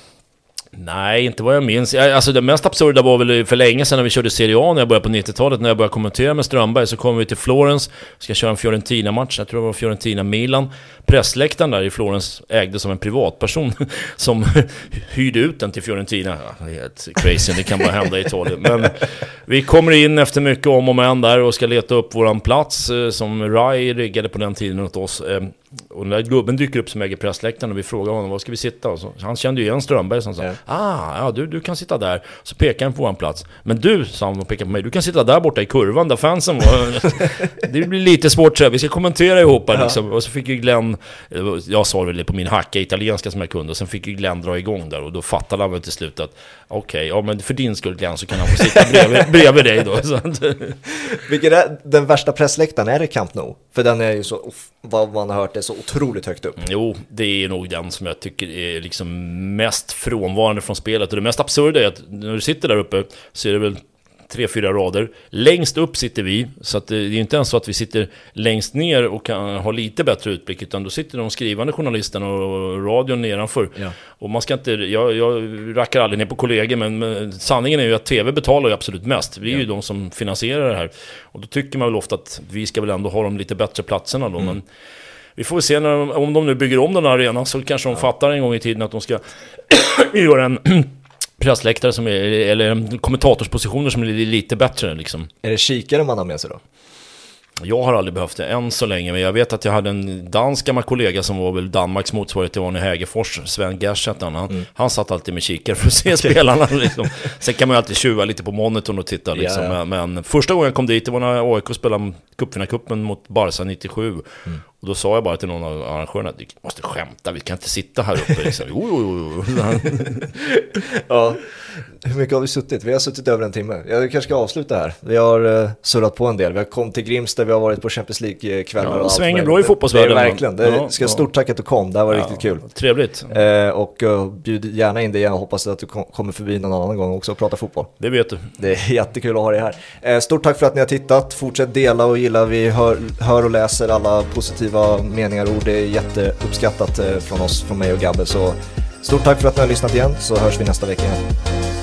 Nej, inte vad jag minns. Alltså det mest absurda var väl för länge sedan när vi körde Serie A när jag började på 90-talet. När jag började kommentera med Strömberg så kom vi till Florens. Ska köra en Fiorentina-match. Jag tror det var Fiorentina-Milan. Pressläktaren där i Florens ägdes som en privatperson som hyrde ut den till Fiorentina. Ja, det är helt crazy, det kan bara hända i Italien. Men vi kommer in efter mycket om och men där och ska leta upp våran plats som Rai riggade på den tiden åt oss. Och den där gubben dyker upp som äger pressläktaren och vi frågar honom, var ska vi sitta? Och så, han kände ju igen Strömberg som sa, du kan sitta där. Så pekar han på vår plats. Men du, sa han och pekar på mig, du kan sitta där borta i kurvan där fansen var. Det blir lite svårt så här. Vi ska kommentera ihop här, liksom. Och så fick ju Glenn, jag sa väl det på min hacka italienska som jag kunde, och sen fick ju Glenn dra igång där och då fattade han väl till slut att okej, men för din skull Glenn så kan han få sitta bredvid dig då. Så att, vilken är den värsta pressläktaren? Är det Camp Nou? För den är ju så, vad man har hört, är så otroligt högt upp. Jo, det är nog den som jag tycker är liksom mest frånvarande från spelet. Och det mest absurda är att när du sitter där uppe så är det väl 3-4 rader. Längst upp sitter vi, så att det är inte ens så att vi sitter längst ner och kan ha lite bättre utblick, utan då sitter de skrivande journalisterna och radion nedanför. Ja. Och man ska inte, jag rackar aldrig ner på kollegor, men sanningen är ju att TV betalar ju absolut mest. Vi är ju de som finansierar det här. Och då tycker man väl ofta att vi ska väl ändå ha de lite bättre platserna då, men vi får se om de nu bygger om den här arenan, så kanske de fattar en gång i tiden att de ska göra en pressläktare som är, eller kommentatorspositioner som är lite bättre liksom. Är det kikare man har med sig då? Jag har aldrig behövt det än så länge, men jag vet att jag hade en dansk gammal kollega som var väl Danmarks motsvarighet till Arne Hägerfors, Sven Gerset, han satt alltid med kikare för att se spelarna liksom. Sen kan man ju alltid tjuva lite på monitorn och titta liksom. Ja. Men första gången jag kom dit, det var när AIK spelade cupvinnarcupen mot Barca 97. Och då sa jag bara till någon av arrangörerna att vi måste skämta, vi kan inte sitta här uppe liksom. Jo. Ja, hur mycket har vi suttit? Vi har suttit över en timme. Jag kanske ska avsluta här. Vi har surrat på en del. Vi har kommit till Grimsta, vi har varit på Champions League-kvällar. Ja, svänger bra i fotbollsvärlden. Det är verkligen. Det ska stort tack att du kom. Det här var riktigt kul. Trevligt. Och bjud gärna in dig. Jag hoppas att du kommer förbi någon annan gång också och prata fotboll. Det vet du. Det är jättekul att ha dig här. Stort tack för att ni har tittat. Fortsätt dela och gilla. Vi hör och läser alla positiva meningar och ord. Det är jätteuppskattat från oss, från mig och Gabbe. Så stort tack för att ni har lyssnat igen, så hörs vi nästa vecka igen.